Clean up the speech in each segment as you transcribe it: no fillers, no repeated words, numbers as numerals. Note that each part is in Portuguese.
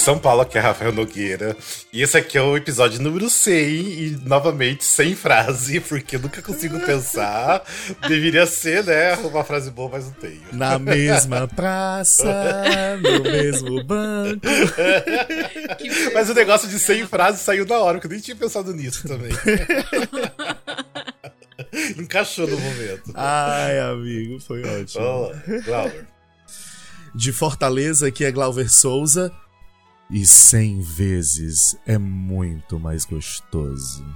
São Paulo, aqui é Rafael Nogueira. E esse aqui é o episódio número 100. E, novamente, sem frase, porque eu nunca consigo pensar. Deveria ser, né, uma frase boa, mas não tenho. Na mesma praça, no mesmo banco. Mas o negócio de 100 frases saiu na hora, porque eu nem tinha pensado nisso também. Encaixou no momento. Ai, amigo, foi ótimo. Olá, Glauber. De Fortaleza, aqui é Glauber Souza. E 100 vezes é muito mais gostoso.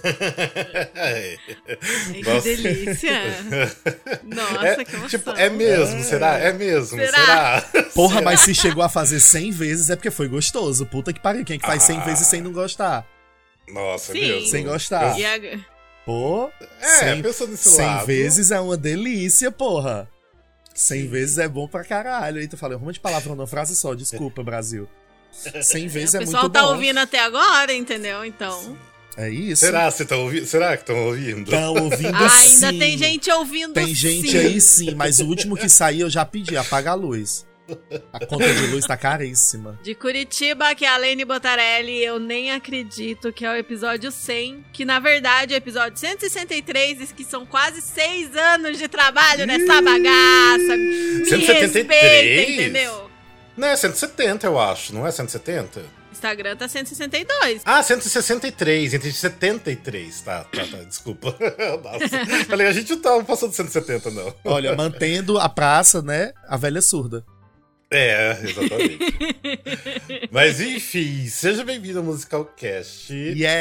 Que delícia! Nossa, que emoção. Tipo, é mesmo? Será? É mesmo? Será? Porra, Será? mas se chegou a fazer 100 vezes é porque foi gostoso. Puta que pariu. Quem é que faz 100 vezes sem não gostar? Nossa, Sim. é mesmo. Sem gostar. Pô, 100, pensando nesse 100 lado. vezes é uma delícia, porra. 100 vezes é bom pra caralho. Eita, falei um monte de palavrão numa frase só. Desculpa, Brasil. 100 vezes é muito bom. O pessoal tá ouvindo até agora, entendeu? Então... É isso. Será que estão ouvindo? Estão ouvindo sim. Ainda tem gente ouvindo Tem gente aí sim, mas o último que sair eu já pedi, apaga a luz. A conta de luz tá caríssima. De Curitiba, que é a Lene Botarelli, eu nem acredito que é o episódio 100, que na verdade é o episódio 163, que são quase 6 anos de trabalho nessa bagaça. Me 173? respeita, entendeu? Não, é 170, eu acho. Não é 170? Instagram tá 162. Ah, 163, entre 73. Tá, desculpa. Nossa. Falei, a gente não tá passando 170, não. Olha, mantendo a praça, né, a velha surda. É, exatamente. Mas enfim, seja bem-vindo ao Musicalcast.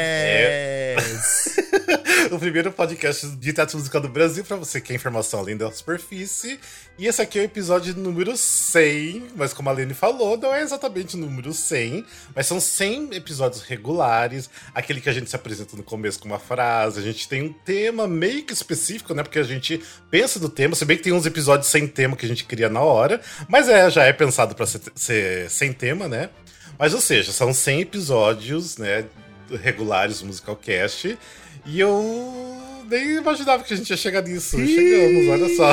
Yes! O primeiro podcast de teatro musical do Brasil, pra você que é informação além da superfície. E esse aqui é o episódio número 100, mas como a Lene falou, não é exatamente o número 100, mas são 100 episódios regulares, aquele que a gente se apresenta no começo com uma frase, a gente tem um tema meio que específico, né, porque a gente pensa no tema, se bem que tem uns episódios sem tema que a gente cria na hora, mas já é pensado pra ser sem tema, né? Mas, ou seja, são 100 episódios, né, regulares do Musicalcast, e eu nem imaginava que a gente ia chegar nisso. Chegamos, olha só.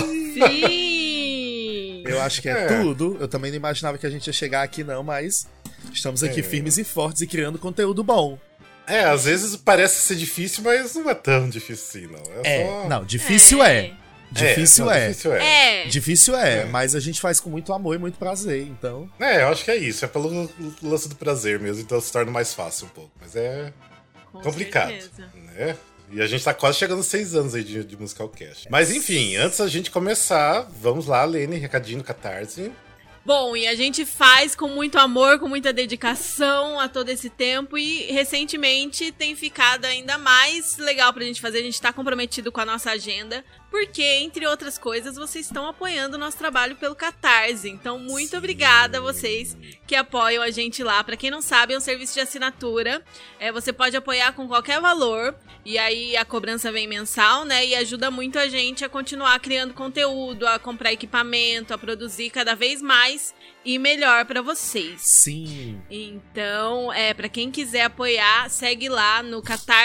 Sim! Eu acho que é tudo. Eu também não imaginava que a gente ia chegar aqui não, mas estamos aqui firmes e fortes e criando conteúdo bom. Às vezes parece ser difícil, mas não é tão difícil assim, não. Não, difícil é. Difícil é. Difícil é. Mas a gente faz com muito amor e muito prazer, então... Eu acho que é isso. É pelo lance do prazer mesmo, então se torna mais fácil um pouco. Mas é complicado, né? E a gente tá quase chegando aos 6 anos aí de Musicalcast. Mas enfim, antes da gente começar, vamos lá, Lene, recadinho no Catarse. Bom, e a gente faz com muito amor, com muita dedicação a todo esse tempo e recentemente tem ficado ainda mais legal pra gente fazer. A gente tá comprometido com a nossa agenda, porque, entre outras coisas, vocês estão apoiando o nosso trabalho pelo Catarse. Então, muito obrigada a vocês que apoiam a gente lá. Pra quem não sabe, é um serviço de assinatura. Você pode apoiar com qualquer valor. E aí a cobrança vem mensal, né? E ajuda muito a gente a continuar criando conteúdo, a comprar equipamento, a produzir cada vez mais e melhor pra vocês. Sim. Então, pra quem quiser apoiar, segue lá no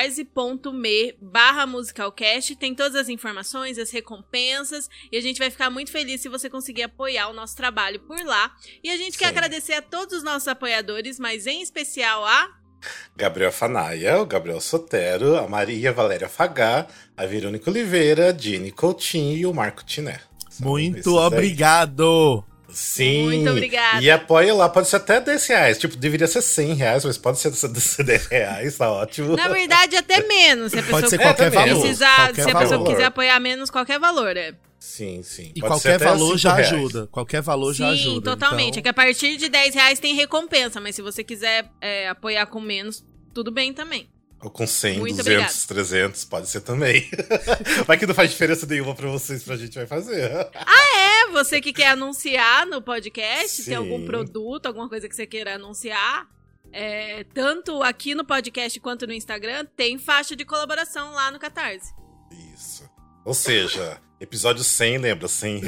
catarse.me/musicalcast. Tem todas as informações, as recompensas. E a gente vai ficar muito feliz se você conseguir apoiar o nosso trabalho por lá. E a gente quer agradecer a todos os nossos apoiadores, mas em especial a... Gabriel Fanaia, o Gabriel Sotero, a Maria Valéria Fagá, a Verônica Oliveira, a Jenny Coutinho e o Marco Tiné. Muito obrigado! Sim. Muito obrigada. E apoia lá, pode ser até R$10. Tipo, deveria ser R$100, mas pode ser R$10, tá ótimo. Na verdade, até menos. Se a pessoa pode ser qualquer valor. Precisar, se a pessoa valor. quiser apoiar menos, qualquer valor, Sim. E Pode qualquer valor já R$5. ajuda. Qualquer valor já ajuda. Sim, totalmente. Então... É que a partir de R$10 tem recompensa, mas se você quiser apoiar com menos, tudo bem também. Ou com 100, Muito 200, obrigada. 300, pode ser também. Vai que não faz diferença nenhuma pra vocês, pra gente vai fazer. Você que quer anunciar no podcast, Sim. tem algum produto, alguma coisa que você queira anunciar, tanto aqui no podcast quanto no Instagram, tem faixa de colaboração lá no Catarse. Isso. Ou seja, episódio 100, lembra, R$100.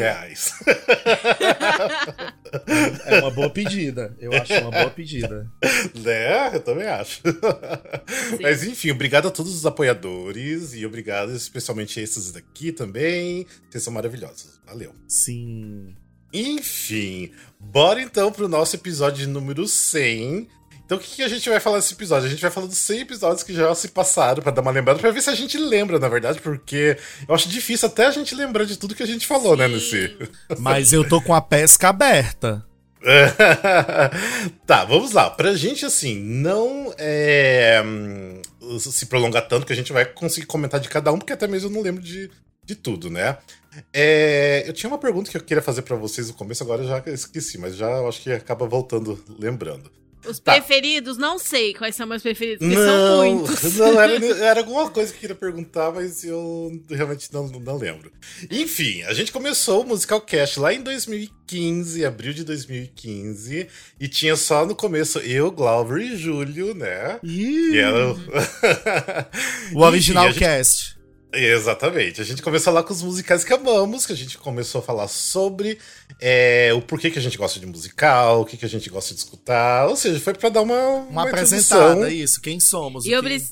É uma boa pedida. Eu acho uma boa pedida. Né? Eu também acho. Mas enfim, obrigado a todos os apoiadores e obrigado especialmente a esses daqui também. Vocês são maravilhosos. Valeu. Sim. Enfim, bora então pro nosso episódio número 100. Então o que a gente vai falar nesse episódio? A gente vai falar dos 100 episódios que já se passaram, pra dar uma lembrada, pra ver se a gente lembra, na verdade, porque eu acho difícil até a gente lembrar de tudo que a gente falou, né, nesse... Mas eu tô com a pesca aberta. Tá, vamos lá. Pra gente, assim, não se prolongar tanto, que a gente vai conseguir comentar de cada um, porque até mesmo eu não lembro de tudo, né? Eu tinha uma pergunta que eu queria fazer pra vocês no começo, agora eu já esqueci, mas já eu acho que acaba voltando, lembrando. Os preferidos, não sei quais são meus preferidos, porque são muitos. Não, era alguma coisa que eu queria perguntar, mas eu realmente não lembro. Enfim, a gente começou o Musical Cast lá em 2015, abril de 2015, e tinha só no começo eu, Glauber e Júlio, né? E era o original cast. Exatamente. A gente começou lá com os musicais que amamos, que a gente começou a falar sobre o porquê que a gente gosta de musical, o que a gente gosta de escutar. Ou seja, foi pra dar uma apresentada, isso. Quem somos? E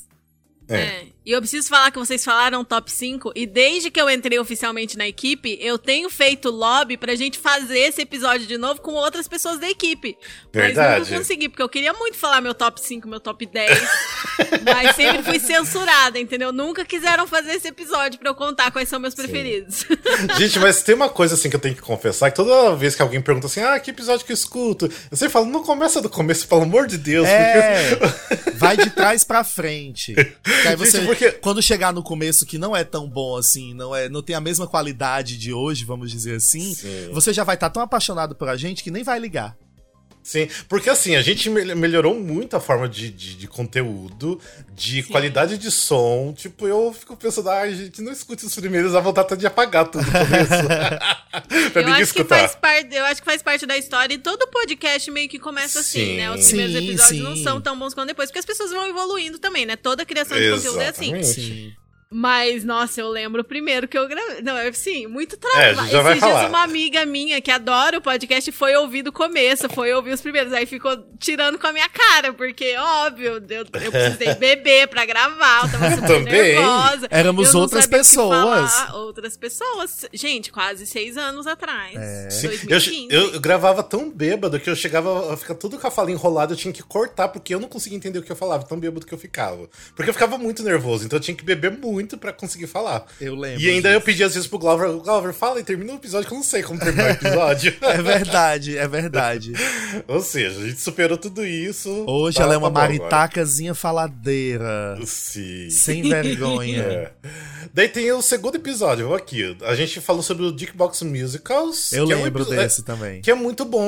eu preciso falar que vocês falaram top 5, e desde que eu entrei oficialmente na equipe, eu tenho feito lobby pra gente fazer esse episódio de novo com outras pessoas da equipe. Verdade. Mas nunca consegui, porque eu queria muito falar meu top 5, meu top 10, mas sempre fui censurada, entendeu? Nunca quiseram fazer esse episódio pra eu contar quais são meus preferidos. Gente, mas tem uma coisa assim que eu tenho que confessar, que toda vez que alguém pergunta assim, que episódio que eu escuto? Eu sempre falo, não começa do começo, pelo amor de Deus. Porque... vai de trás pra frente. Aí você... Gente, porque... quando chegar no começo, que não é tão bom assim, não tem a mesma qualidade de hoje, vamos dizer assim, você já vai estar tão apaixonado por a gente que nem vai ligar. Sim, porque assim, a gente melhorou muito a forma de conteúdo, de qualidade de som. Tipo, eu fico pensando, gente, não escute os primeiros, dá vontade até de apagar tudo no começo. Pra ninguém escutar. Eu acho que faz parte da história, e todo podcast meio que começa assim, né? Os primeiros episódios não são tão bons quanto depois, porque as pessoas vão evoluindo também, né? Toda criação de conteúdo é assim. Sim. Mas, nossa, eu lembro o primeiro que eu gravei. Não, assim, muito trabalho. Esses dias uma amiga minha que adora o podcast foi ouvir do começo, foi ouvir os primeiros. Aí ficou tirando com a minha cara, porque, óbvio, eu precisei beber pra gravar, eu tava super nervosa. Éramos outras pessoas. Outras pessoas. Gente, quase 6 anos atrás. 2015. Eu gravava tão bêbado que eu chegava a ficar tudo com a fala enrolada, eu tinha que cortar, porque eu não conseguia entender o que eu falava, tão bêbado que eu ficava. Porque eu ficava muito nervoso, então eu tinha que beber muito pra conseguir falar. Eu lembro. E ainda eu pedi às vezes pro Glauber, fala e termina o episódio, que eu não sei como terminar o episódio. É verdade. Ou seja, a gente superou tudo isso. Hoje ela é uma maritacazinha faladeira. Sim. Sem vergonha. Daí tem o segundo episódio, vou aqui. A gente falou sobre o Jukebox Musicals. Eu lembro desse também. Que é muito bom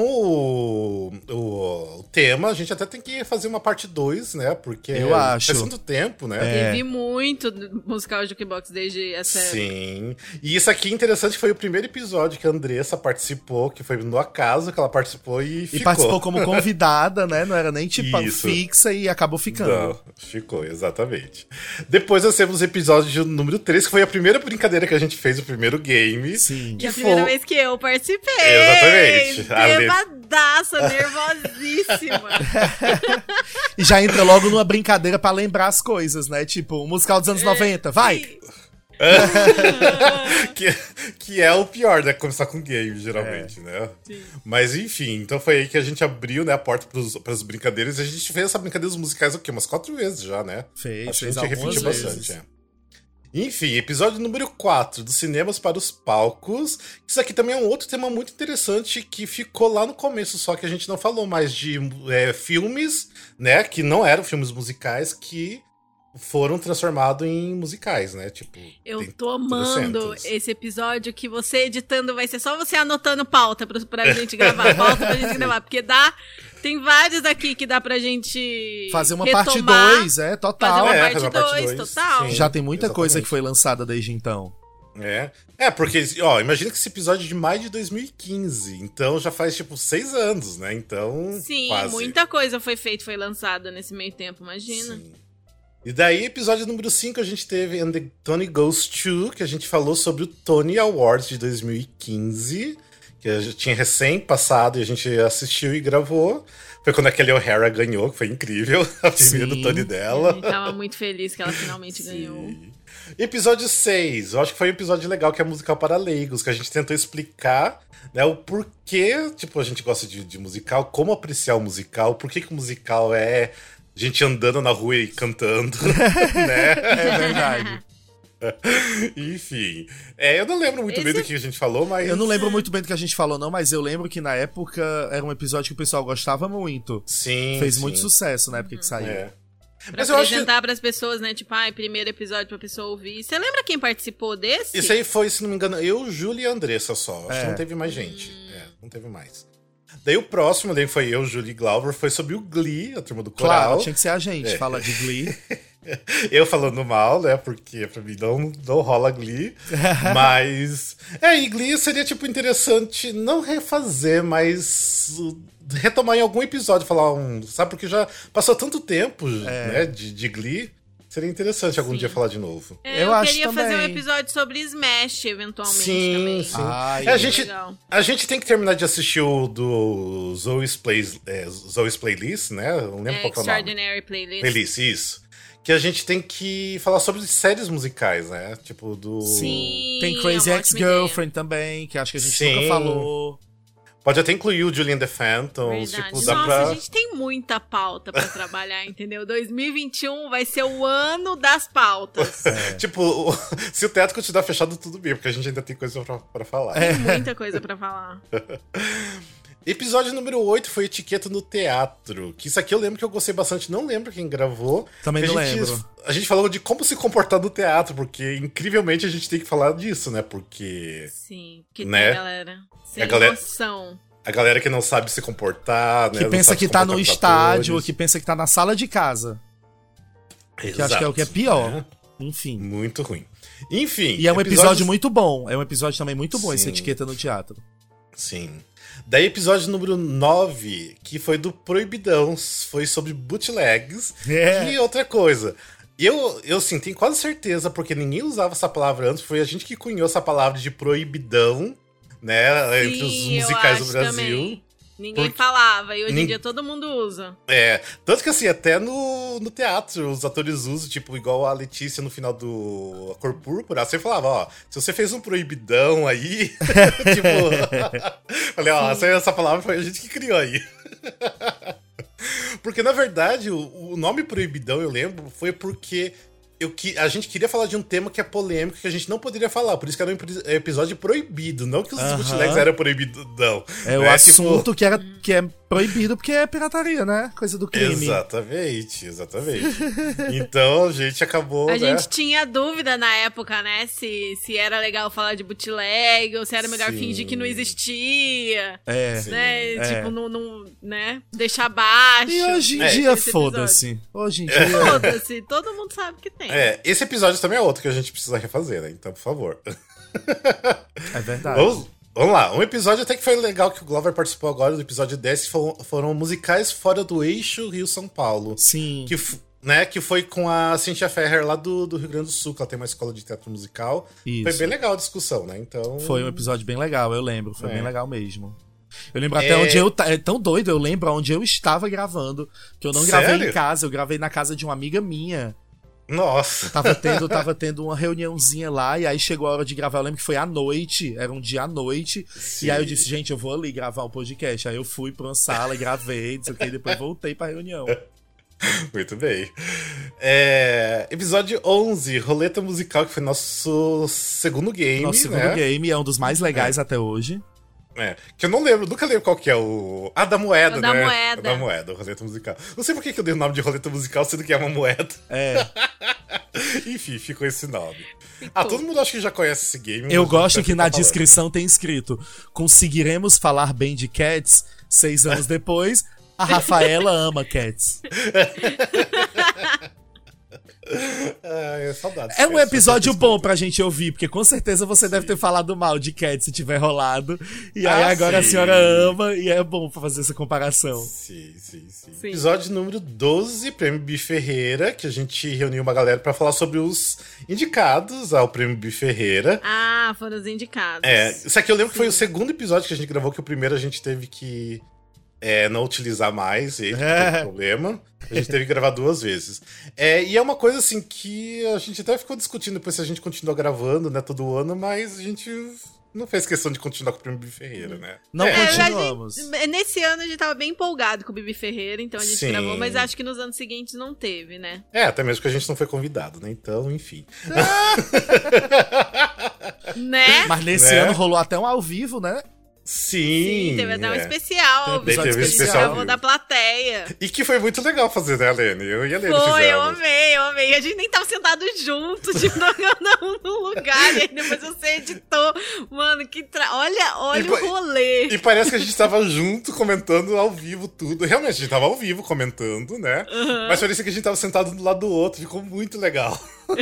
o tema. A gente até tem que fazer uma parte 2, né? Porque eu acho. Faz tanto tempo, né? Teve muito musical Jukebox desde essa época. Sim. E isso aqui é interessante, que foi o primeiro episódio que a Andressa participou, que foi no acaso que ela participou e ficou. E participou como convidada, né? Não era nem tipo fixa e acabou ficando. Não, ficou, exatamente. Depois nós temos o episódio número 3, que foi a primeira brincadeira que a gente fez, o primeiro game. Sim. Que a primeira vez que eu participei. Exatamente. Bebadaça, nervosíssima. E já entra logo numa brincadeira pra lembrar as coisas, né? Tipo, o musical dos anos 90, vai! que é o pior, né? Começar com game, geralmente, né? Sim. Mas enfim, então foi aí que a gente abriu, né, a porta pras brincadeiras. E a gente fez essa brincadeira dos musicais umas 4 vezes já, né? Fez a gente repetiu vezes. bastante, Enfim, episódio número 4, dos cinemas para os palcos. Isso aqui também é um outro tema muito interessante que ficou lá no começo, só que a gente não falou mais de filmes, né, que não eram filmes musicais, que foram transformados em musicais, né? Tipo, eu tô amando esse episódio, que você editando vai ser só você anotando pauta pra gente gravar, porque tem vários aqui que dá pra gente fazer uma retomar, parte 2, total. Fazer uma parte 2, total. Sim, já tem muita coisa que foi lançada desde então. Porque, imagina que esse episódio é de maio de 2015, então já faz, 6 anos, né? Então, sim, quase. Muita coisa foi lançada nesse meio tempo, imagina. Sim. E daí, episódio número 5, a gente teve And the Tony Goes To, que a gente falou sobre o Tony Awards de 2015, que a gente tinha recém-passado e a gente assistiu e gravou. Foi quando a Kelly O'Hara ganhou, que foi incrível, a primeira do Tony dela. A gente tava muito feliz que ela finalmente ganhou. Episódio 6, eu acho que foi um episódio legal, que é musical para leigos, que a gente tentou explicar, né, o porquê, tipo, a gente gosta de musical, como apreciar o musical, por que o musical é gente andando na rua e cantando, né? É verdade. Enfim, eu não lembro muito bem do que a gente falou, mas... Eu não lembro muito bem do que a gente falou, não, mas eu lembro que na época era um episódio que o pessoal gostava muito. Sim, Fez muito sucesso na época que saiu. Pra Mas eu acho apresentar pras pessoas, né? Tipo, primeiro episódio pra pessoa ouvir. Você lembra quem participou desse? Isso aí foi, se não me engano, eu, Júlia e a Andressa só. Acho que não teve mais gente. Não teve mais. Daí o próximo, daí foi eu, Júlia e Glauber, foi sobre o Glee, a turma do coral. Claro, tinha que ser a gente, fala de Glee. Eu falando mal, né? Porque pra mim não rola Glee. Mas. E Glee seria, tipo, interessante não refazer, mas retomar em algum episódio, falar sabe, porque já passou tanto tempo, né, de Glee. Seria interessante algum dia falar de novo. Eu acho queria fazer um também. episódio sobre Smash, eventualmente, Sim, também. sim. Ai, a gente tem que terminar de assistir o do Zoe's Playlist, né? Eu não lembro qual que é o nome. Extraordinary Playlist. Playlist, isso. Que a gente tem que falar sobre séries musicais, né? Tipo, do... Sim, Tem Crazy é uma ótima Ex-Girlfriend também, que acho que a gente Sim. nunca falou. Pode até incluir o Julian the Phantom. Verdade. Tipo, dá Nossa, pra... a gente tem muita pauta pra trabalhar, entendeu? 2021 vai ser o ano das pautas. Tipo, se o teatro continuar fechado, tudo bem, porque a gente ainda tem coisa pra falar. Tem muita coisa pra falar. Episódio número 8 foi Etiqueta no Teatro. Que isso aqui eu lembro que eu gostei bastante. Não lembro quem gravou. Também a não gente, lembro. A gente falou de como se comportar no teatro, porque incrivelmente a gente tem que falar disso, né? Porque Sim, que né? tem galera sem A galera- noção. a galera que não sabe se comportar, né? Que não pensa sabe que se tá comportar no com os estádio, ou atores. que pensa que tá na sala de casa. Que acho que é o que é pior. Né? Enfim. Muito ruim. Enfim. E é um episódio episódios- muito bom. É um episódio também muito bom, essa Sim. Etiqueta no Teatro. Sim. Daí, episódio número 9, que foi do Proibidão, foi sobre bootlegs. É. E outra coisa, eu sim, tenho quase certeza, porque ninguém usava essa palavra antes, foi a gente que cunhou essa palavra de proibidão, né, entre os Sim, eu musicais do acho Brasil. também. Ninguém Porque- falava, e hoje em dia todo mundo usa. Tanto que assim, até no teatro, os atores usam, tipo, igual a Letícia no final do A Cor Púrpura, você falava, ó, se você fez um proibidão aí, tipo, falei, ó, essa palavra foi a gente que criou aí. Porque, na verdade, o nome proibidão, eu lembro, foi porque a gente queria falar de um tema que é polêmico, que a gente não poderia falar, por isso que era um episódio proibido, não que os bootlegs eram proibidão. É o né? assunto que é proibido porque é pirataria, né? Coisa do crime. Exatamente. Então a gente acabou, A né? gente tinha dúvida na época, né? Se era legal falar de bootleg ou se era melhor Sim. fingir que não existia. É. Né? É. Tipo, não, né? Deixar baixo. E hoje em É. dia, Esse foda-se. Hoje em dia. Foda-se, todo mundo sabe que tem. Esse episódio também é outro que a gente precisa refazer, né? Então, por favor. É verdade. Vamos lá. Um episódio até que foi legal que o Glover participou agora, do episódio 10, foram musicais fora do eixo Rio-São Paulo. Sim. Que foi com a Cynthia Ferrer lá do Rio Grande do Sul, que ela tem uma escola de teatro musical. Isso. Foi bem legal a discussão, né? Então... Foi um episódio bem legal, eu lembro. Foi bem legal mesmo. Eu lembro até É. onde eu... É tão doido, eu lembro onde eu estava gravando. Que eu não gravei Sério? em casa, eu gravei na casa de uma amiga minha. Nossa. Tava tendo uma reuniãozinha lá, e aí chegou a hora de gravar. Eu lembro que foi à noite, era um dia à noite. Sim. E aí eu disse, gente, eu vou ali gravar o podcast. Aí eu fui pra uma sala e gravei, não sei o que, e depois voltei pra reunião. Muito bem. Episódio 11, Roleta Musical, que foi nosso segundo game, Nosso segundo né? game é um dos mais legais até hoje. Que eu não lembro, nunca lembro qual que é o... da moeda, O né? da moeda. O da moeda, o roleta musical. Não sei por que eu dei o nome de roleta musical, sendo que é uma moeda. É. Enfim, ficou esse nome. Todo mundo acho que já conhece esse game. Eu mas gosto não que tá na falando. descrição tem escrito: conseguiremos falar bem de Cats 6 anos depois. A Rafaela ama Cats. Saudades. É um episódio bom pra gente ouvir, porque com certeza você deve ter falado mal de Cat se tiver rolado. E aí agora sim. A senhora ama e é bom pra fazer essa comparação. Sim. Episódio número 12, Prêmio Bi Ferreira, que a gente reuniu uma galera pra falar sobre os indicados ao Prêmio Bi Ferreira. Ah, foram os indicados. Isso aqui eu lembro que foi o segundo episódio que a gente gravou, que o primeiro a gente teve que não utilizar mais, e aí teve problema. A gente teve que gravar 2 vezes. E é uma coisa assim que a gente até ficou discutindo depois se a gente continua gravando, né, todo ano, mas a gente não fez questão de continuar com o Prêmio Bibi Ferreira, né? Não continuamos. Nesse ano a gente tava bem empolgado com o Bibi Ferreira, então a gente Sim. gravou, mas acho que nos anos seguintes não teve, né? Até mesmo que a gente não foi convidado, né? Então, enfim. Né? Mas nesse ano rolou até um ao vivo, né? Sim, teve até um especial. Teve um especial Gravou da plateia. E que foi muito legal fazer, né, Lene? Eu e a Lene Foi, fizemos. eu amei. A gente nem tava sentado junto, tipo, não num lugar. E aí depois você editou. Mano, olha o rolê. E parece que a gente tava junto comentando ao vivo tudo. Realmente, a gente tava ao vivo comentando, né? Uhum. Mas parecia que a gente tava sentado do lado do outro. Ficou muito legal.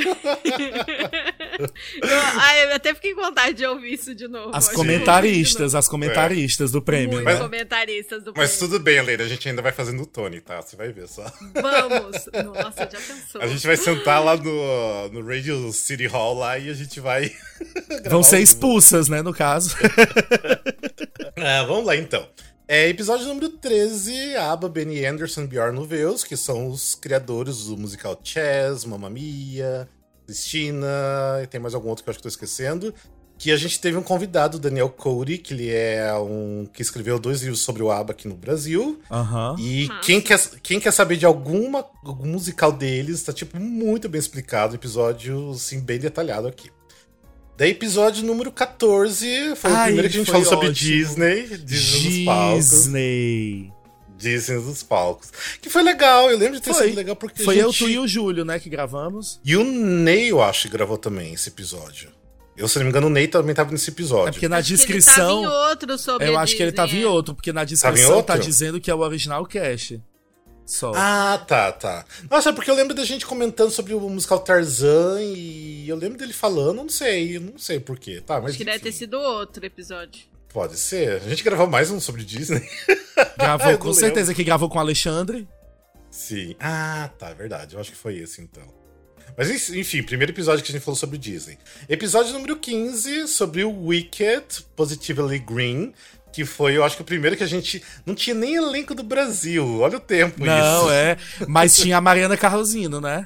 Eu até fiquei com vontade de ouvir isso de novo. As comentaristas do prêmio, Muitos né? comentaristas do prêmio. Mas tudo bem, Leila, a gente ainda vai fazer no Tony, tá? Você vai ver só. Vamos! Nossa, já pensou. A gente vai sentar lá no Radio City Hall lá e a gente vai... Vão ser expulsas, né, no caso. Vamos lá, então. Episódio número 13, ABBA, Benny Andersson e Björn Ulvaeus, que são os criadores do musical Chess, Mamma Mia, Cristina, e tem mais algum outro que eu acho que tô esquecendo. Que a gente teve um convidado, Daniel Cody, que ele é que escreveu 2 livros sobre o ABBA aqui no Brasil. Uhum. E quem quer saber de algum musical deles, tá tipo muito bem explicado, episódio assim, bem detalhado aqui. Daí, episódio número 14, foi o primeiro que a gente falou sobre Disney nos palcos. Disney nos palcos. Que foi legal, eu lembro de ter sido legal porque foi eu, tu e o Júlio, né, que gravamos. E o Ney, eu acho, que gravou também esse episódio. Eu, se não me engano, o Ney também tava nesse episódio. É porque na descrição... Ele tava em outro sobre eu acho Disney, que ele tava em outro, porque na descrição tá dizendo que é o original cast. Só. Ah, tá. Nossa, é porque eu lembro da gente comentando sobre o musical Tarzan e eu lembro dele falando, não sei porquê. Tá, mas acho que deve ter sido outro episódio. Pode ser. A gente gravou mais um sobre Disney. Gravou, com certeza que gravou com o Alexandre. Sim. Ah, tá, verdade. Eu acho que foi esse, então. Mas, enfim, primeiro episódio que a gente falou sobre Disney. Episódio número 15, sobre o Wicked, Positively Green, que foi, eu acho que o primeiro que a gente não tinha nem elenco do Brasil. Olha o tempo não, isso. Mas tinha a Mariana Carrozino, né?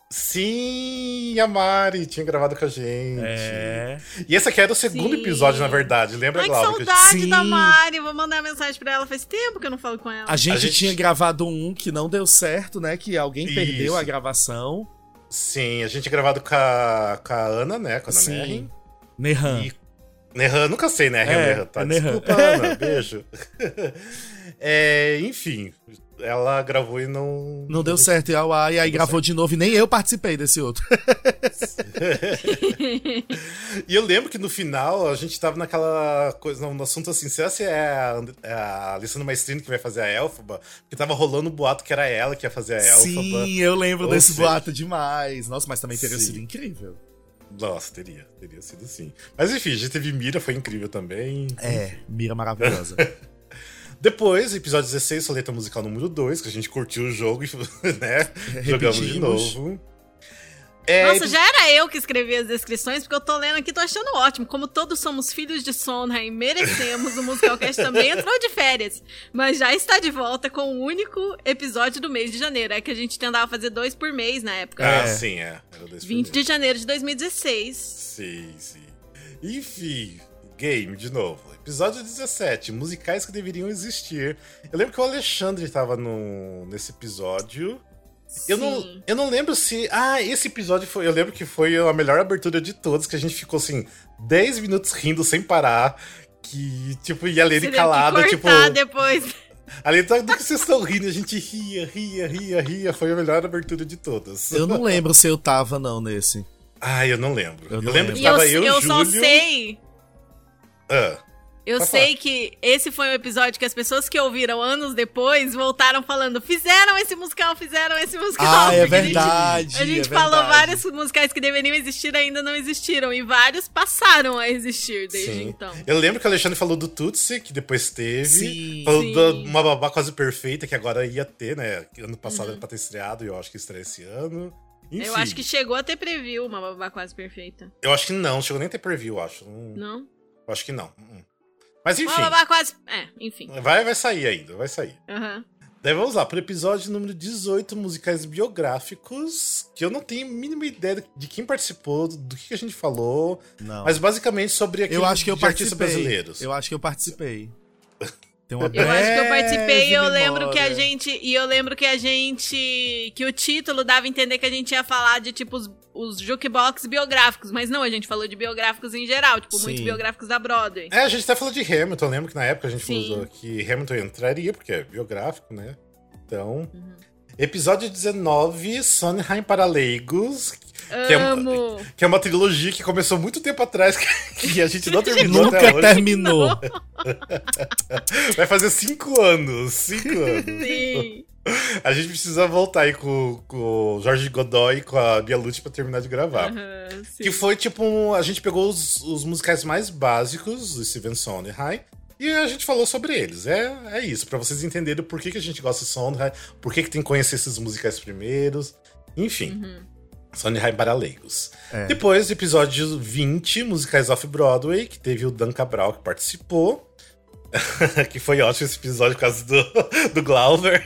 Sim, a Mari tinha gravado com a gente. E esse aqui era o segundo episódio, na verdade. Lembra, Glaucia? Que saudade da Mari. Vou mandar mensagem pra ela. Faz tempo que eu não falo com ela. A gente tinha gravado um que não deu certo, né? Que alguém perdeu a gravação. Sim, a gente tinha gravado com a Ana, né? Com a Ana Merrin. Nehan. Nehan, nunca sei, né? Nehan, tá? Desculpa, Ana. Beijo. Enfim, ela gravou e não... Não deu certo, e aí gravou de novo e nem eu participei desse outro. E eu lembro que no final a gente tava naquela coisa, no assunto assim, será se é a Alessandra Maestrino que vai fazer a Elphaba? Porque tava rolando um boato que era ela que ia fazer a Elphaba. Sim, eu lembro desse boato demais. Nossa, mas também teria sido incrível. Nossa, teria sido sim. Mas enfim, a gente teve Mira, foi incrível também. Mira maravilhosa. Depois, episódio 16, Soleta Musical número 2, que a gente curtiu o jogo e, né, jogamos de novo. Nossa, já era eu que escrevi as descrições, porque eu tô lendo aqui, tô achando ótimo. Como todos somos filhos de Sondheim, merecemos, o Musicalcast também entrou de férias, mas já está de volta com o único episódio do mês de janeiro. É que a gente tentava fazer 2 por mês na época. Sim, era 2 por 20 de janeiro de 2016. Sim. Enfim, game de novo. Episódio 17, musicais que deveriam existir. Eu lembro que o Alexandre tava nesse episódio. Eu não lembro se... esse episódio foi... Eu lembro que foi a melhor abertura de todos, que a gente ficou, assim, 10 minutos rindo sem parar. Que, tipo, e a Lene calada, tipo... depois. A Lene, do que vocês estão rindo? A gente ria. Foi a melhor abertura de todas. Eu não lembro se eu tava, não, nesse. Eu não lembro. Eu lembro que E tava eu, Júlio... só sei... Eu sei que esse foi um episódio que as pessoas que ouviram anos depois voltaram falando, fizeram esse musical. Ah, é verdade. A gente falou vários musicais que deveriam existir ainda não existiram. E vários passaram a existir desde então. Eu lembro que o Alexandre falou do Tutsi, que depois teve. Sim. Falou de Uma Babá Quase Perfeita, que agora ia ter, né? Ano passado era pra ter estreado e eu acho que estreia esse ano. Enfim. Eu acho que chegou a ter preview Uma Babá Quase Perfeita. Eu acho que não chegou nem a ter preview, eu acho. Não? Eu acho que não. Mas enfim. Uma Babá Quase... enfim. Vai sair ainda, vai sair. Aham. Daí vamos lá, pro episódio número 18, musicais biográficos, que eu não tenho a mínima ideia de quem participou, do que a gente falou, Não. mas basicamente sobre aqueles artistas brasileiros. Eu acho que eu participei. Tem Eu uma acho que eu participei e eu memória. lembro que a gente. E eu lembro que a gente. Que o título dava a entender que a gente ia falar de, tipo, os jukebox biográficos. Mas não, a gente falou de biográficos em geral, tipo, Sim. muitos biográficos da Broadway. A gente até falou de Hamilton, lembro que na época a gente Sim. falou que Hamilton entraria, porque é biográfico, né? Então. Episódio 19, Sondheim para Leigos. Amo! Que é uma trilogia que começou muito tempo atrás, que a gente não terminou até Nunca hoje. terminou. Vai fazer 5 anos. 5 anos. Sim! A gente precisa voltar aí com o Jorge Godoy e com a Bia Lutz pra terminar de gravar. Aham, sim. Que foi tipo, a gente pegou os musicais mais básicos do Stephen Sondheim e a gente falou sobre eles. É isso, pra vocês entenderem por que a gente gosta de Sondheim, por que tem que conhecer esses musicais primeiros. Enfim, Sondheim para leigos. Depois, episódio 20, musicais off-Broadway, que teve o Dan Cabral que participou. Que foi ótimo esse episódio por causa do Glauber.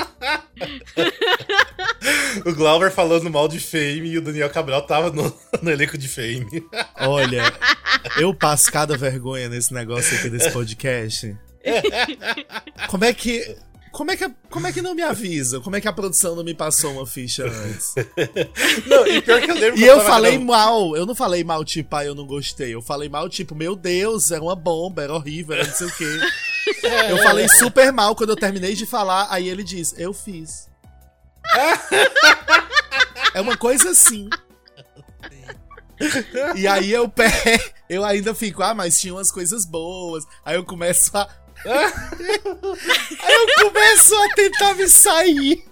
O Glauber falando mal de Fame e o Daniel Cabral tava no elenco de Fame. Olha, eu passo cada vergonha nesse negócio aqui desse podcast. Como é que não me avisa? Como é que a produção não me passou uma ficha antes? Não, e pior que eu lembro E que eu tava falei gravando. mal. Eu não falei mal, tipo, eu não gostei. Eu falei mal, tipo, meu Deus, era uma bomba, era horrível, era não sei o quê. Eu falei super mal quando eu terminei de falar, aí ele diz, eu fiz. É uma coisa assim. E aí eu ainda fico, mas tinha umas coisas boas. Aí eu começo a tentar me sair.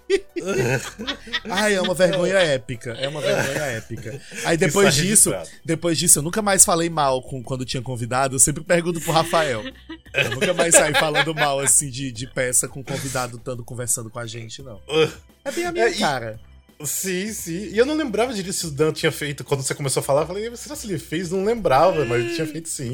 Ai, é uma vergonha épica. É uma vergonha épica. Aí depois disso, eu nunca mais falei mal quando tinha convidado. Eu sempre pergunto pro Rafael. Eu nunca mais saí falando mal, assim, de peça com convidado estando conversando com a gente, não. É bem a minha cara. Sim, sim. E eu não lembrava direito se o Dan tinha feito. Quando você começou a falar, eu falei, será que ele fez? Não lembrava, mas ele tinha feito sim.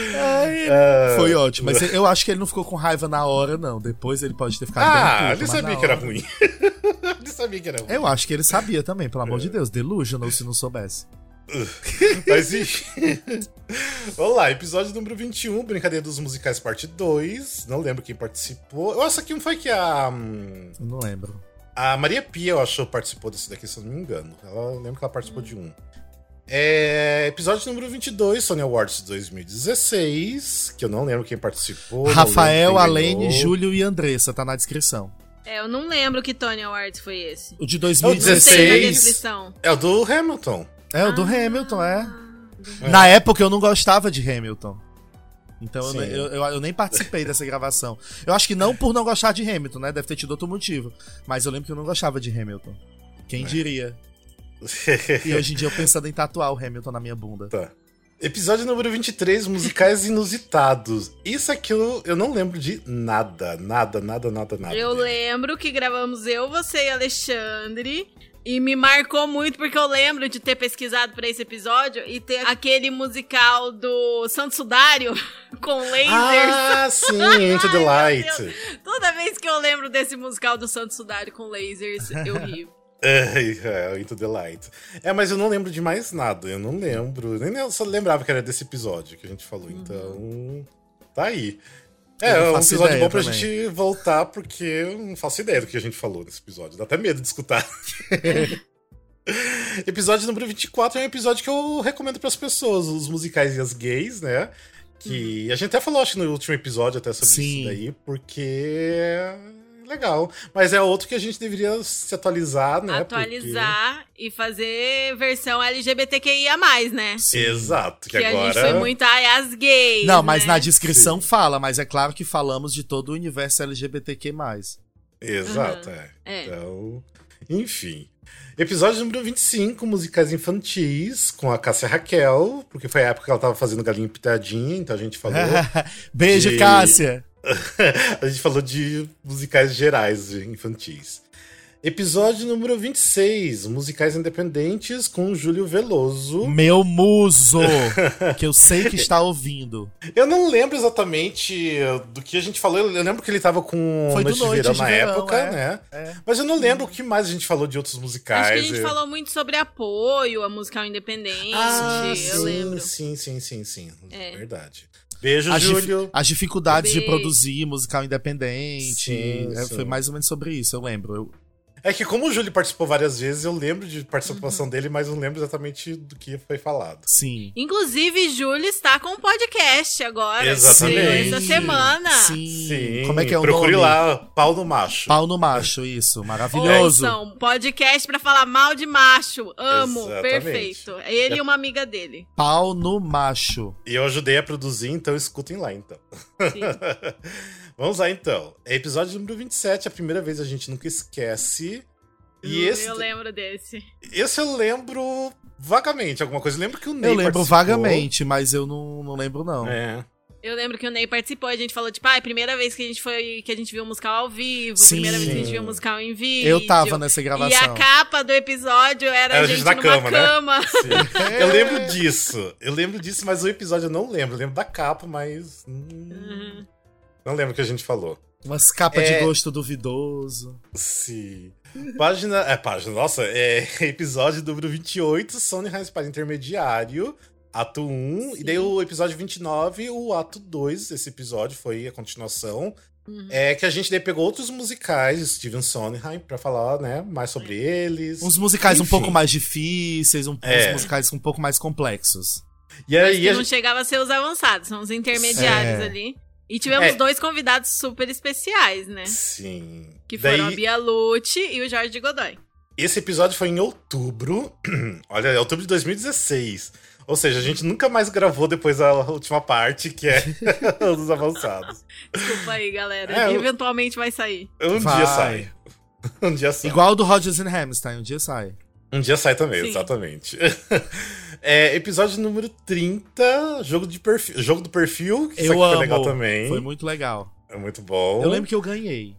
Foi ótimo, mas eu acho que ele não ficou com raiva na hora, não. Depois ele pode ter ficado bem puto, ele sabia que era ruim. Ele sabia que era ruim. Eu acho que ele sabia também, pelo amor de Deus. Delusional se não soubesse. Mas enfim. Vamos lá, episódio número 21, Brincadeira dos Musicais, parte 2. Não lembro quem participou. Nossa, quem foi que Eu não lembro. A Maria Pia, eu acho, participou desse daqui, se eu não me engano. Eu lembro que ela participou de um. Episódio número 22, Sony Awards 2016, que eu não lembro quem participou. Rafael, Alene, Júlio e Andressa, tá na descrição. Eu não lembro que Tony Awards foi esse. O de Não sei na 2016 descrição. É o do Hamilton. é o do Hamilton, Na época eu não gostava de Hamilton. Então eu nem participei dessa gravação. Eu acho que não por não gostar de Hamilton, né? Deve ter tido outro motivo. Mas eu lembro que eu não gostava de Hamilton. Quem diria? E hoje em dia eu pensando em tatuar o Hamilton na minha bunda. Tá. Episódio número 23, musicais inusitados. Isso aqui eu não lembro de nada. Nada. Eu lembro que gravamos eu, você e Alexandre. E me marcou muito porque eu lembro de ter pesquisado pra esse episódio e ter aquele musical do Santo Sudário com lasers. Ah, sim, Into the Light. Toda vez que eu lembro desse musical do Santo Sudário com lasers, eu rio. Into the Light. Mas eu não lembro de mais nada. Eu não lembro. Nem eu só lembrava que era desse episódio que a gente falou. Então, tá aí. É um episódio bom pra gente voltar, porque eu não faço ideia do que a gente falou nesse episódio. Dá até medo de escutar. Episódio número 24 é um episódio que eu recomendo pras pessoas, os musicais e as gays, né? Que a gente até falou, acho que no último episódio até sobre isso daí, porque legal. Mas é outro que a gente deveria se atualizar, né? Atualizar e fazer versão LGBTQIA+, né? Sim. Exato. Que agora... a gente foi muito as gays, Não, mas né? na descrição fala, mas é claro que falamos de todo o universo LGBTQ+. Exato, Então, enfim. Episódio número 25, musicais infantis, com a Cássia Raquel, porque foi a época que ela tava fazendo Galinha Pitadinha, então a gente falou... Beijo, Cássia! A gente falou de musicais gerais infantis. Episódio número 26, musicais independentes com Júlio Veloso. Meu muso, que eu sei que está ouvindo. Eu não lembro exatamente do que a gente falou. Eu lembro que ele tava com Noite de Verão na época, né? Mas eu não lembro o que mais a gente falou de outros musicais. Acho que a gente falou muito sobre apoio a musical independente, eu lembro. Sim. Verdade. Beijo, Júlio. As dificuldades de produzir musical independente. Sim. Foi mais ou menos sobre isso, eu lembro. É que como o Júlio participou várias vezes, eu lembro de participação dele, mas não lembro exatamente do que foi falado. Sim. Inclusive, Júlio está com um podcast agora. Exatamente. Essa semana. Sim. Como é que é o Procure nome? lá, Pau no Macho. Pau no Macho, isso. Maravilhoso. Ouçam, podcast pra falar mal de macho. Amo. Exatamente. Perfeito. Ele e uma amiga dele. Pau no Macho. E eu ajudei a produzir, então escutem lá, então. Sim. Vamos lá, então. É episódio número 27, a primeira vez a gente nunca esquece. E Eu lembro desse. Esse eu lembro vagamente, alguma coisa. Eu lembro que o Ney Eu lembro participou. vagamente, mas eu não lembro, não. Eu lembro que o Ney participou, a gente falou, tipo, primeira vez que a gente viu o musical ao vivo, Sim. primeira vez que a gente viu o musical em vídeo. Eu tava nessa gravação. E a capa do episódio era a gente na numa cama. Né? Sim. Eu lembro disso, mas o episódio eu não lembro. Eu lembro da capa, mas... Não lembro o que a gente falou. Umas capas de gosto duvidoso. Sim. Nossa, episódio número 28, Sondheim para Intermediário, ato 1. Sim. E daí o episódio 29, o ato 2, esse episódio foi a continuação. Que a gente daí pegou outros musicais, Stephen Sondheim, pra falar, né, mais sobre eles. Uns musicais um pouco mais difíceis, uns musicais um pouco mais complexos. E aí, mas que não chegava a ser os avançados, são os intermediários ali. E tivemos dois convidados super especiais, né? Sim. Que foram a Bia Lucci e o Jorge Godoy. Esse episódio foi em outubro. Olha, é outubro de 2016. Ou seja, a gente nunca mais gravou depois da última parte, que é dos avançados. Desculpa aí, galera. Eventualmente vai sair. Dia sai. Um dia sai. Igual o do Rodgers and Hammerstein, um dia sai. Um dia sai também, sim. Exatamente. Episódio número 30, Jogo do Perfil. Que eu amo. Foi legal também. Foi muito legal. É muito bom. Eu lembro que eu ganhei.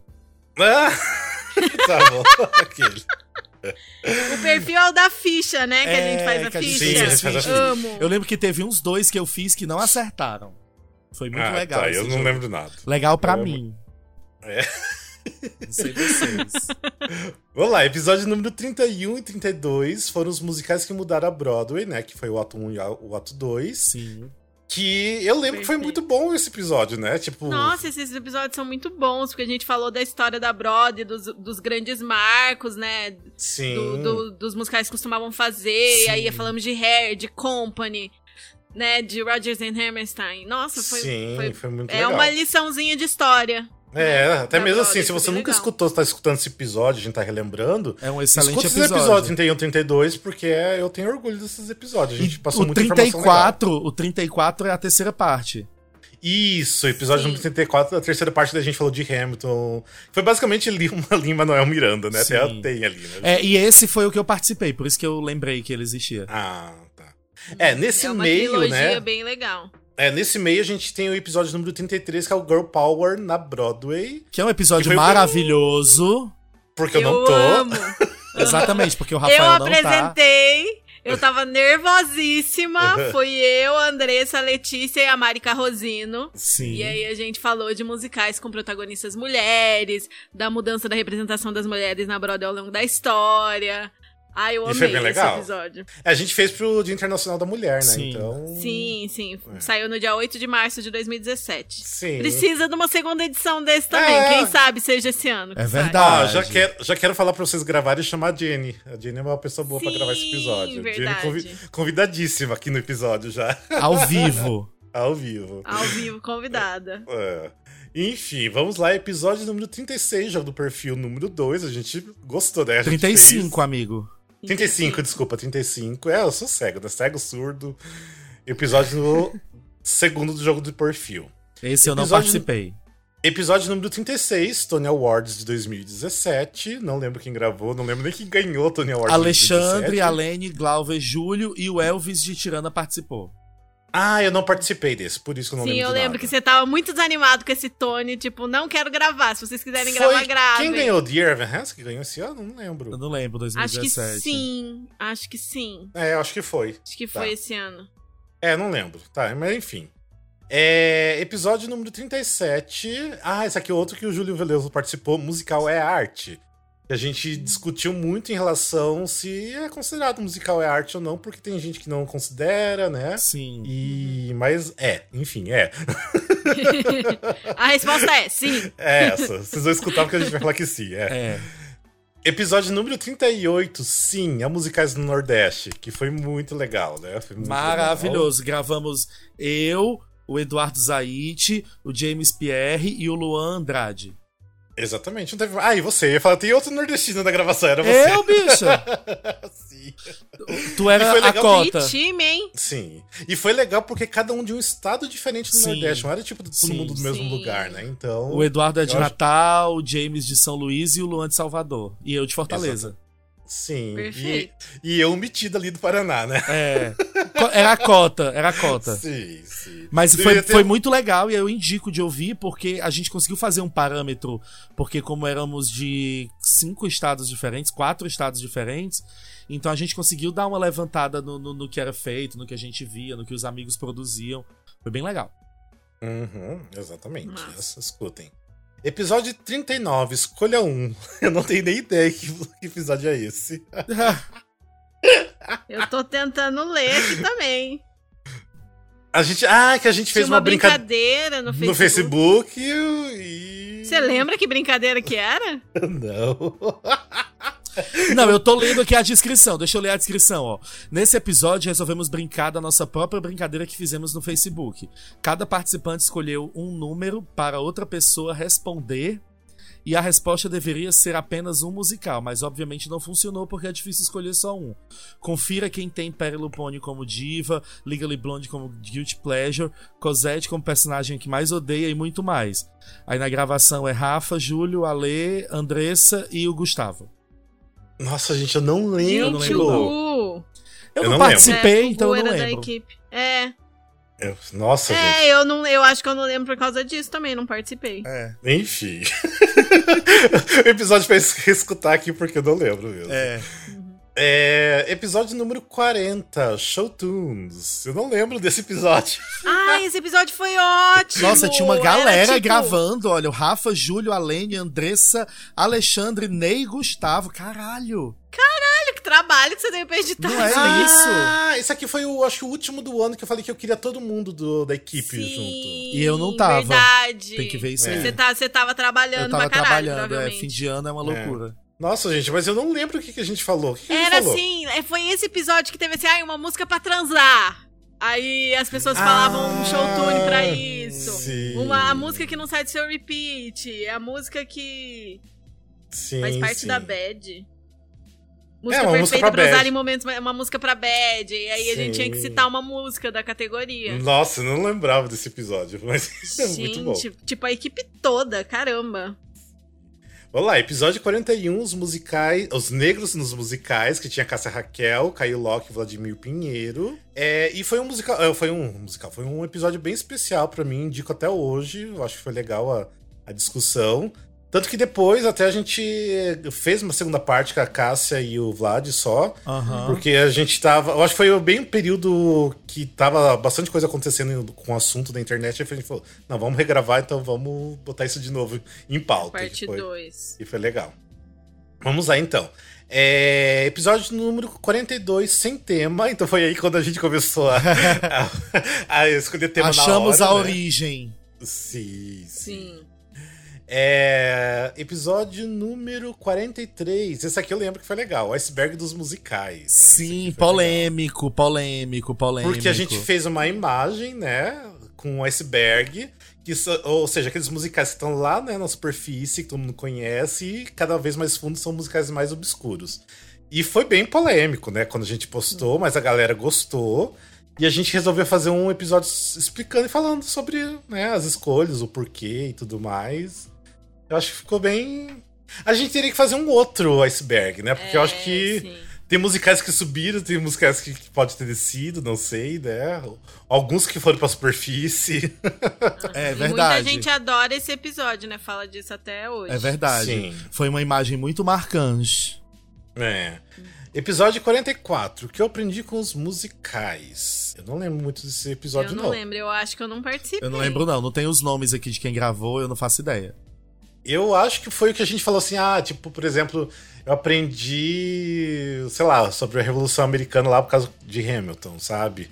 Tá bom. Aquele. O perfil é o da ficha, né? Que a gente faz a ficha. Sim, a gente faz a ficha. Amo. Eu lembro que teve uns 2 que eu fiz que não acertaram. Foi muito legal. Tá, eu não lembro nada. Legal pra mim. Não sei vocês. Vamos lá, episódio número 31 e 32 foram os musicais que mudaram a Broadway, né? Que foi o ato 1 e o ato 2. Sim. Que eu lembro que foi muito bom esse episódio, né? Tipo... Nossa, esses episódios são muito bons, porque a gente falou da história da Broadway, dos grandes marcos, né? Sim. Dos musicais que costumavam fazer, Sim. e aí falamos de Hair, de Company, né? De Rodgers and Hammerstein. Nossa, foi muito legal. É uma liçãozinha de história. Até mesmo assim, se você nunca legal. tá escutando esse episódio, a gente tá relembrando. É um excelente escuta episódio. Escuta os episódios 31 e 32, porque eu tenho orgulho desses episódios. A gente passou muita informação legal. O 34 é a terceira parte. Isso, episódio número 34, a terceira parte da gente falou de Hamilton. Foi basicamente uma Lin-Manuel Miranda, né? Sim. Até a tem ali, né? E esse foi o que eu participei, por isso que eu lembrei que ele existia. Ah, tá. Nesse uma meio, trilogia né? bem legal. Nesse meio a gente tem o episódio número 33, que é o Girl Power na Broadway. Que é um episódio maravilhoso. Porque eu não tô. Amo. Exatamente, porque o Rafael não tá. Eu apresentei, eu tava nervosíssima. Fui eu, a Andressa, a Letícia e a Mari Carrozino. Sim. E aí a gente falou de musicais com protagonistas mulheres, da mudança da representação das mulheres na Broadway ao longo da história. Eu amei esse episódio. A gente fez pro Dia Internacional da Mulher, né? Sim. Então... Sim. Saiu no dia 8 de março de 2017. Sim. Precisa de uma segunda edição desse também. Quem sabe seja esse ano. É verdade. Já quero falar pra vocês gravarem e chamar a Jenny. A Jenny é uma pessoa boa pra gravar esse episódio. Verdade. Jenny convidadíssima aqui no episódio já. Ao vivo. Ao vivo. Ao vivo, convidada. Enfim, vamos lá, episódio número 36, jogo do perfil número 2. A gente gostou, né? 35, amigo. 35, desculpa, 35. Eu sou cego, né? Cego, surdo. Episódio no segundo do jogo do perfil. Esse eu não participei. Episódio número 36, Tony Awards de 2017. Não lembro quem gravou, não lembro nem quem ganhou Tony Awards Alexandre, de 2017. Alene, Glauber, Júlio e o Elvis de Tirana participou. Ah, eu não participei desse, por isso que eu não lembro. Sim, eu de lembro nada. que você tava muito desanimado com esse Tony, tipo, não quero gravar. Se vocês quiserem gravar, gravem. Quem ganhou? Dear Evan Hansen que ganhou esse ano? Não lembro. Eu não lembro, Acho 2017. que sim, acho que sim. Acho que foi. Acho que foi esse ano. Não lembro. Tá, mas enfim. Episódio número 37. Ah, esse aqui é outro que o Júlio Veloso participou. Musical é arte. Que a gente discutiu muito em relação se é considerado musical é arte ou não, porque tem gente que não considera, né? Sim. Mas enfim. A resposta é sim. É essa. Vocês vão escutar porque a gente vai falar que sim. Episódio número 38, sim, a Musicais do Nordeste, que foi muito legal, né? Foi muito maravilhoso. legal. Gravamos eu, o Eduardo Zaite, o James Pierre e o Luan Andrade. Exatamente. Não teve... e você? Eu ia falar, tem outro nordestino na gravação, era você. Eu, bicha! Sim. Tu era a cota. Que time, hein? Sim. E foi legal porque cada um de um estado diferente do Sim. Nordeste. Não era tipo todo mundo do mesmo lugar, né? Então. O Eduardo é de Natal, o James de São Luís e o Luan de Salvador. E eu de Fortaleza. Exato. Sim. Perfeito. E eu metido ali do Paraná, né? Era a cota. Sim. Mas foi muito legal e eu indico de ouvir porque a gente conseguiu fazer um parâmetro, porque como éramos de 4 estados diferentes, então a gente conseguiu dar uma levantada no que era feito, no que a gente via, no que os amigos produziam. Foi bem legal. Exatamente. Escutem. Episódio 39, escolha um. Eu não tenho nem ideia que episódio é esse. Eu tô tentando ler aqui também. Que a gente fez uma brincadeira no Facebook. e... Você lembra que brincadeira que era? Não. Não, eu tô lendo aqui a descrição. Deixa eu ler a descrição, ó. Nesse episódio, resolvemos brincar da nossa própria brincadeira que fizemos no Facebook. Cada participante escolheu um número para outra pessoa responder e a resposta deveria ser apenas um musical, mas obviamente não funcionou porque é difícil escolher só um. Confira quem tem Perry Pony como diva, Legally Blonde como guilty pleasure, Cosette como personagem que mais odeia e muito mais. Aí na gravação é Rafa, Júlio, Alê, Andressa e o Gustavo. Nossa, gente, eu não lembro. Gente, eu não participei, então eu não era lembro. Da equipe. Nossa, gente. Eu acho que eu não lembro por causa disso também, não participei. Enfim. O episódio pra escutar aqui porque eu não lembro mesmo. Episódio número 40, Show Tunes. Eu não lembro desse episódio. Esse episódio foi ótimo! Nossa, tinha uma galera gravando, olha, o Rafa, Júlio, Alene, Andressa, Alexandre, Ney e Gustavo. Caralho, que trabalho que você deu pra editar. Não é isso? Esse aqui foi, acho que o último do ano que eu falei que eu queria todo mundo da equipe junto. E eu não tava. Verdade. Tem que ver isso aí. Você tava trabalhando Eu tava pra caralho, trabalhando, provavelmente. fim de ano é uma loucura. Nossa, gente, mas eu não lembro o que a gente falou. O que a gente Era falou? assim, foi esse episódio que teve assim, uma música pra transar. Aí as pessoas falavam um show tune pra isso. Sim. A música que não sai do seu repeat. A música que faz parte da bad. Música uma música perfeita pra pra usar bad. em momentos, uma música pra bad. E aí a gente tinha que citar uma música da categoria. Nossa, eu não lembrava desse episódio, mas é muito bom. Tipo, a equipe toda, caramba. Vamos lá, episódio 41, os musicais, os negros nos musicais, que tinha Cássia Raquel, Caio Locke e Vladimir Pinheiro. E foi um musical, foi um episódio bem especial pra mim, indico até hoje, eu acho que foi legal a discussão. Tanto que depois até a gente fez uma segunda parte com a Cássia e o Vlad só. Porque a gente tava... Eu acho que foi bem um período que tava bastante coisa acontecendo com o assunto da internet. Aí a gente falou, não, vamos regravar, então vamos botar isso de novo em pauta. Parte 2. E foi legal. Vamos lá, então. Episódio número 42, sem tema. Então foi aí quando a gente começou a escolher tema na hora. Achamos a origem. Sim. Episódio número 43. Esse aqui eu lembro que foi legal. O Iceberg dos musicais. Sim, polêmico. Porque a gente fez uma imagem, né? com o Iceberg, ou seja, aqueles musicais que estão lá, né, na superfície, que todo mundo conhece, e cada vez mais fundos são musicais mais obscuros. E foi bem polêmico, né, quando a gente postou, mas a galera gostou. E a gente resolveu fazer um episódio explicando e falando sobre, né, as escolhas, o porquê e tudo mais. Eu acho que ficou bem... A gente teria que fazer um outro Iceberg, né? Porque eu acho que sim. Tem musicais que subiram, tem musicais que pode ter descido, não sei, né? Alguns que foram pra superfície. É verdade. Muita gente adora esse episódio, né? Fala disso até hoje. É verdade. Sim. Foi uma imagem muito marcante. É. Episódio 44, o que eu aprendi com os musicais. Eu não lembro muito desse episódio, Eu não lembro, eu acho que eu não participei. Eu não lembro, não. Não tem os nomes aqui de quem gravou, eu não faço ideia. Eu acho que foi o que a gente falou assim, tipo, por exemplo, eu aprendi, sei lá, sobre a Revolução Americana lá por causa de Hamilton, sabe?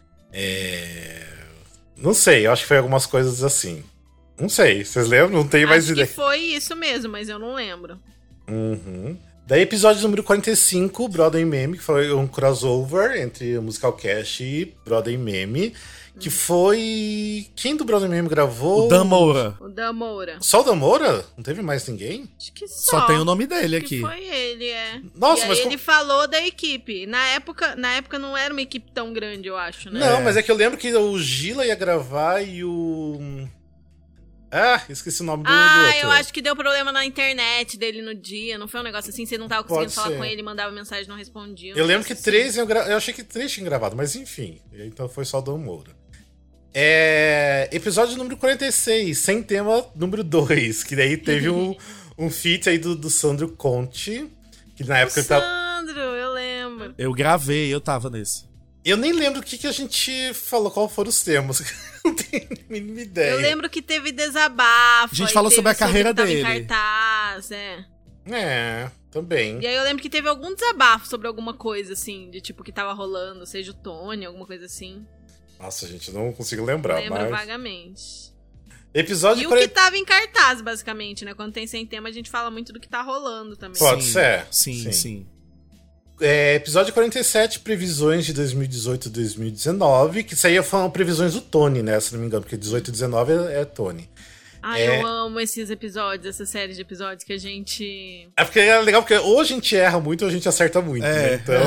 Não sei, eu acho que foi algumas coisas assim. Não sei, vocês lembram? Não tenho mais Acho ideia. que foi isso mesmo, mas eu não lembro. Uhum. Daí, episódio número 45, Broadway Meme, que foi um crossover entre o Musical Cast e Broadway Meme, que foi... Quem do Broadway Meme gravou? O Dan Moura. O Dan Moura. Só o Dan Moura? Não teve mais ninguém? Acho que Só tem o nome dele Acho aqui. que foi ele, é. Nossa, e aí mas ele falou da equipe. Na época não era uma equipe tão grande, eu acho, né? Não, mas é que eu lembro que o Gila ia gravar e o... esqueci o nome do outro. Eu acho que deu problema na internet dele no dia. Não foi um negócio assim, você não tava conseguindo falar com ele, mandava mensagem, não respondia. Eu lembro que 3 eu achei que 3 tinham gravado, mas enfim. Então foi só o Dan Moura. Episódio número 46, sem tema número 2, que daí teve um feat aí do Sandro Conte, que na época ele tava... Sandro, eu lembro. Eu gravei, eu tava nesse. Eu nem lembro o que a gente falou, qual foram os temas. Não tenho a mínima ideia. Eu lembro que teve desabafo. A gente falou sobre a carreira que tava dele. Em cartaz, Também. E aí eu lembro que teve algum desabafo sobre alguma coisa, assim, de tipo que tava rolando, seja o Tony, alguma coisa assim. Nossa, gente, não consigo lembrar. Lembro vagamente. Episódio E o que tava em cartaz, basicamente, né? Quando tem sem tema, a gente fala muito do que tá rolando também. Pode ser. Sim. Episódio 47, previsões de 2018 e 2019, que isso aí foram previsões do Tony, né? Se não me engano, porque 18 e 19 é Tony. Eu amo esses episódios, essa série de episódios que a gente... É porque é legal, porque ou a gente erra muito ou a gente acerta muito, né? Então...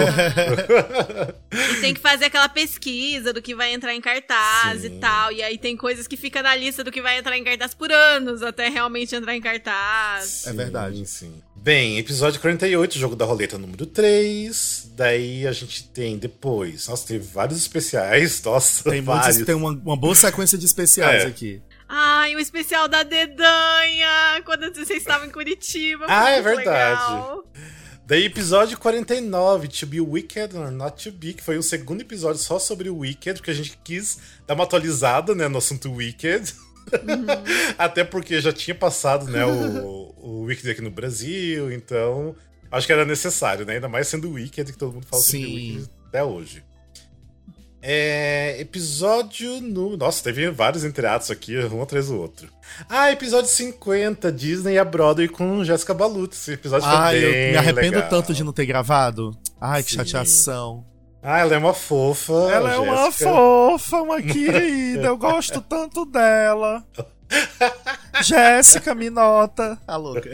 E tem que fazer aquela pesquisa do que vai entrar em cartaz e tal. E aí tem coisas que ficam na lista do que vai entrar em cartaz por anos, até realmente entrar em cartaz. Sim, é verdade. Sim. Bem, episódio 48, Jogo da Roleta número 3. Daí a gente tem depois... Nossa, teve vários especiais. Nossa, tem vários. Tem uma boa sequência de especiais aqui. Ai, o especial da Dedanha, quando vocês estavam em Curitiba. É verdade. Legal. Daí, episódio 49, To Be Wicked or Not To Be, que foi o segundo episódio só sobre o Wicked, porque a gente quis dar uma atualizada, né, no assunto Wicked. Até porque já tinha passado, né, o Wicked aqui no Brasil, então acho que era necessário, né, ainda mais sendo o Wicked, que todo mundo fala sobre o Wicked até hoje. Episódio no... Nossa, teve vários entreatos aqui, um atrás do outro. Episódio 50, Disney e a Broadway com Jéssica Baluto. Esse episódio foi bem eu me arrependo legal. tanto de não ter gravado. Que Sim. chateação. Ela é uma fofa. Ela é uma fofa, uma querida. Eu gosto tanto dela. Jéssica, me nota. A louca.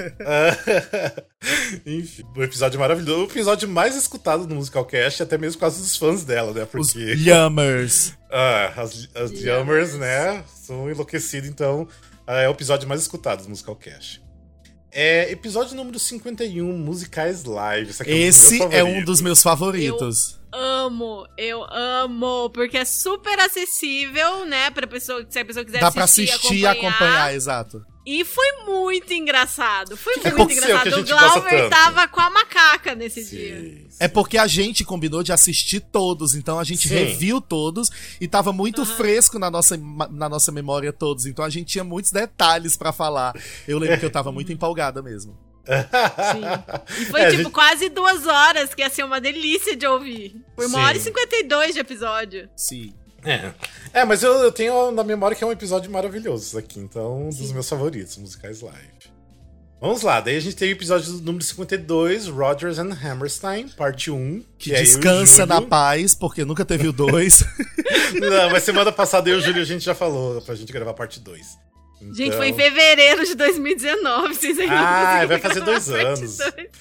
Enfim, um episódio maravilhoso. O episódio mais escutado no Musicalcast, até mesmo por causa dos fãs dela, né? Porque... Os Yummers. As Yummers, né? São enlouquecidos, então é o episódio mais escutado do Musicalcast. Episódio número 51, Musicais Live. Esse é um dos meus favoritos. Eu amo, porque é super acessível, né, pra pessoa, se a pessoa quiser Dá pra assistir e acompanhar, exato. E foi muito engraçado. Foi que muito engraçado. O Glauber tava com a macaca nesse dia. É porque a gente combinou de assistir todos, então a gente reviu todos e tava muito fresco na nossa memória todos, então a gente tinha muitos detalhes pra falar. Eu lembro que eu tava muito empolgada mesmo. Sim. E foi quase 2 horas, que ia ser uma delícia de ouvir. Foi 1h52 de episódio. Sim. Mas eu tenho na memória que é um episódio maravilhoso isso aqui, então um dos meus favoritos, Musicais Live. Vamos lá, daí a gente tem o episódio número 52, Rodgers and Hammerstein, parte 1. Que descansa na paz, porque nunca teve o 2. Não, mas semana passada eu e o Júlio a gente já falou pra gente gravar parte 2. Então... Gente, foi em fevereiro de 2019, vocês ainda não vai fazer 2 anos.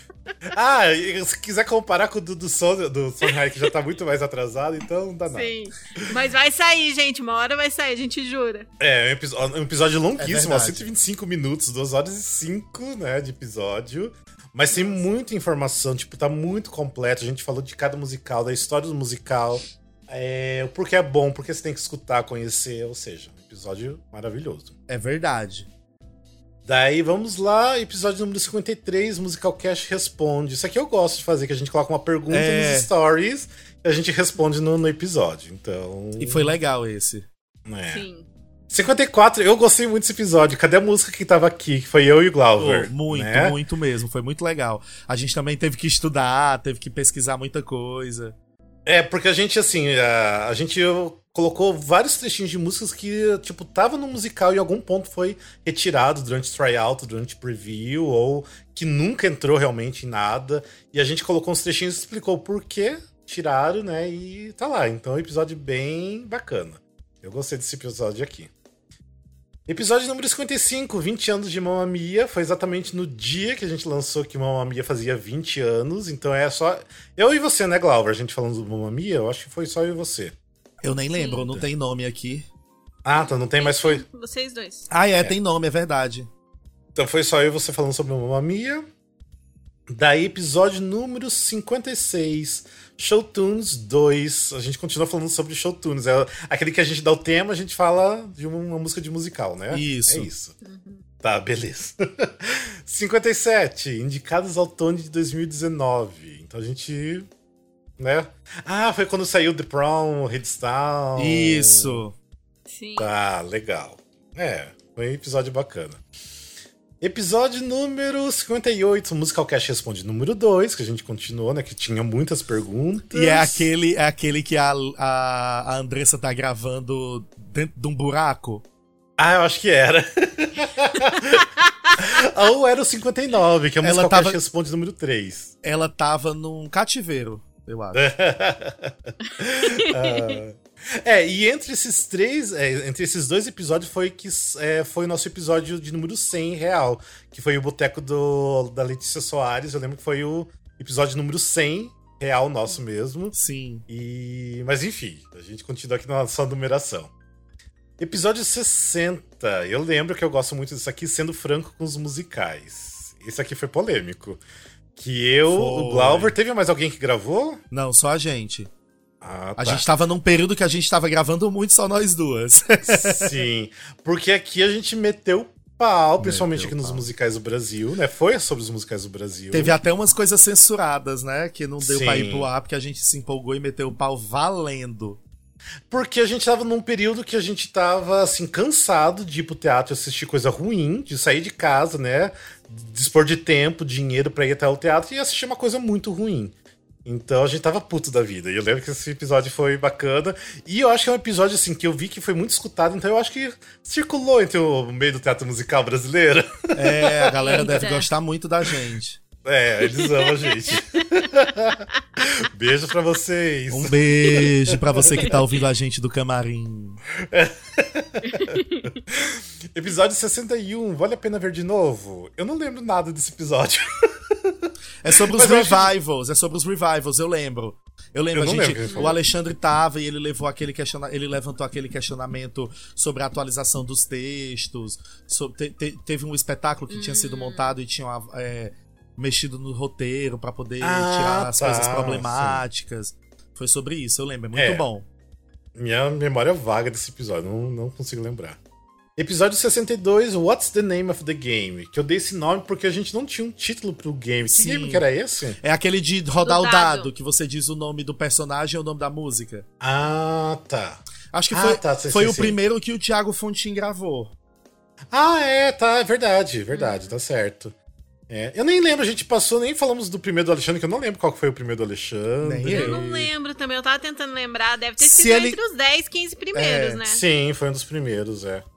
Se quiser comparar com o do Sondheim, que já tá muito mais atrasado, então não dá nada. Sim, mas vai sair, gente, uma hora vai sair, a gente jura. É um episódio longuíssimo, 125 minutos, 2 horas e 5, né, de episódio. Mas tem muita informação, tipo, tá muito completo. A gente falou de cada musical, da história do musical, o porquê é bom, porque você tem que escutar, conhecer, ou seja, um episódio maravilhoso. É verdade. Daí, vamos lá, episódio número 53, Musical Cast Responde. Isso aqui eu gosto de fazer, que a gente coloca uma pergunta nos stories e a gente responde no episódio, então... E foi legal esse. Sim. 54, eu gostei muito desse episódio. Cadê a música que tava aqui? Que foi eu e o Glauber. Muito mesmo, foi muito legal. A gente também teve que estudar, teve que pesquisar muita coisa. Porque a gente, assim, a gente colocou vários trechinhos de músicas que, tipo, tava no musical e em algum ponto foi retirado durante o tryout, durante o preview, ou que nunca entrou realmente em nada. E a gente colocou uns trechinhos e explicou por que tiraram, né? E tá lá. Então é um episódio bem bacana. Eu gostei desse episódio aqui. Episódio número 55, 20 anos de Mamma Mia. Foi exatamente no dia que a gente lançou que Mamma Mia fazia 20 anos. Então é só eu e você, né, Glauber? A gente falando do Mamma Mia, eu acho que foi só eu e você. Eu nem lembro, não tem nome aqui. Ah, tá, não tem, mas foi... Vocês dois. Tem nome, é verdade. Então foi só eu e você falando sobre o Mamma Mia. Daí, episódio número 56, Showtunes 2. A gente continua falando sobre Showtunes. É aquele que a gente dá o tema, a gente fala de uma música de musical, né? Isso. É isso. Tá, beleza. 57, indicados ao Tony de 2019. Então a gente... né? Foi quando saiu The Prom, Redstone. Isso. Sim. Tá, legal. Foi um episódio bacana. Episódio número 58, Musical Cast Responde número 2, que a gente continuou, né? Que tinha muitas perguntas. E é aquele que a Andressa tá gravando dentro de um buraco. Eu acho que era. Ou era o 59, que é o Musical Cast Responde número 3. Ela tava num cativeiro, eu acho. E entre esses entre esses 2 episódios foi o nosso episódio de número 100 real, que foi o Boteco da Letícia Soares. Eu lembro que foi o episódio número 100 real nosso mesmo. Sim. Mas enfim, a gente continua aqui na nossa numeração. Episódio 60. Eu lembro que eu gosto muito disso aqui, sendo franco com os musicais. Esse aqui foi polêmico. O Glauber, teve mais alguém que gravou? Não, só a gente. Tá. A gente tava num período que a gente tava gravando muito, só nós duas. Sim, porque aqui a gente meteu pau, principalmente aqui nos musicais do Brasil, né? Foi sobre os musicais do Brasil. Teve até umas coisas censuradas, né? Que não deu pra ir pro ar, porque a gente se empolgou e meteu o pau valendo. Porque a gente tava num período que a gente tava, assim, cansado de ir pro teatro assistir coisa ruim, de sair de casa, né? Dispor de tempo, dinheiro pra ir até o teatro e assistir uma coisa muito ruim. Então a gente tava puto da vida. E eu lembro que esse episódio foi bacana. E eu acho que é um episódio, assim, que eu vi que foi muito escutado. Então eu acho que circulou entre o meio do teatro musical brasileiro. A galera deve gostar muito da gente. Eles amam a gente. Beijo pra vocês. Um beijo pra você que tá ouvindo a gente do camarim. Episódio 61, vale a pena ver de novo? Eu não lembro nada desse episódio. É sobre os revivals, eu lembro. O Alexandre tava e ele levantou aquele questionamento sobre a atualização dos textos. Teve um espetáculo que tinha sido montado e tinha mexido no roteiro pra poder tirar as coisas problemáticas. Sim. Foi sobre isso, eu lembro. É muito bom. Minha memória é vaga desse episódio, não consigo lembrar. Episódio 62, What's the Name of the Game? Que eu dei esse nome porque a gente não tinha um título pro game. Que game que era esse? É aquele de rodar o dado, que você diz o nome do personagem e o nome da música. Ah, tá. Acho que foi o primeiro que o Thiago Fontin gravou. É verdade, tá certo. Eu nem lembro, a gente nem falamos do primeiro do Alexandre, que eu não lembro qual foi o primeiro do Alexandre. Eu não lembro também, eu tava tentando lembrar, deve ter sido entre os 10, 15 primeiros, né? Sim, foi um dos primeiros,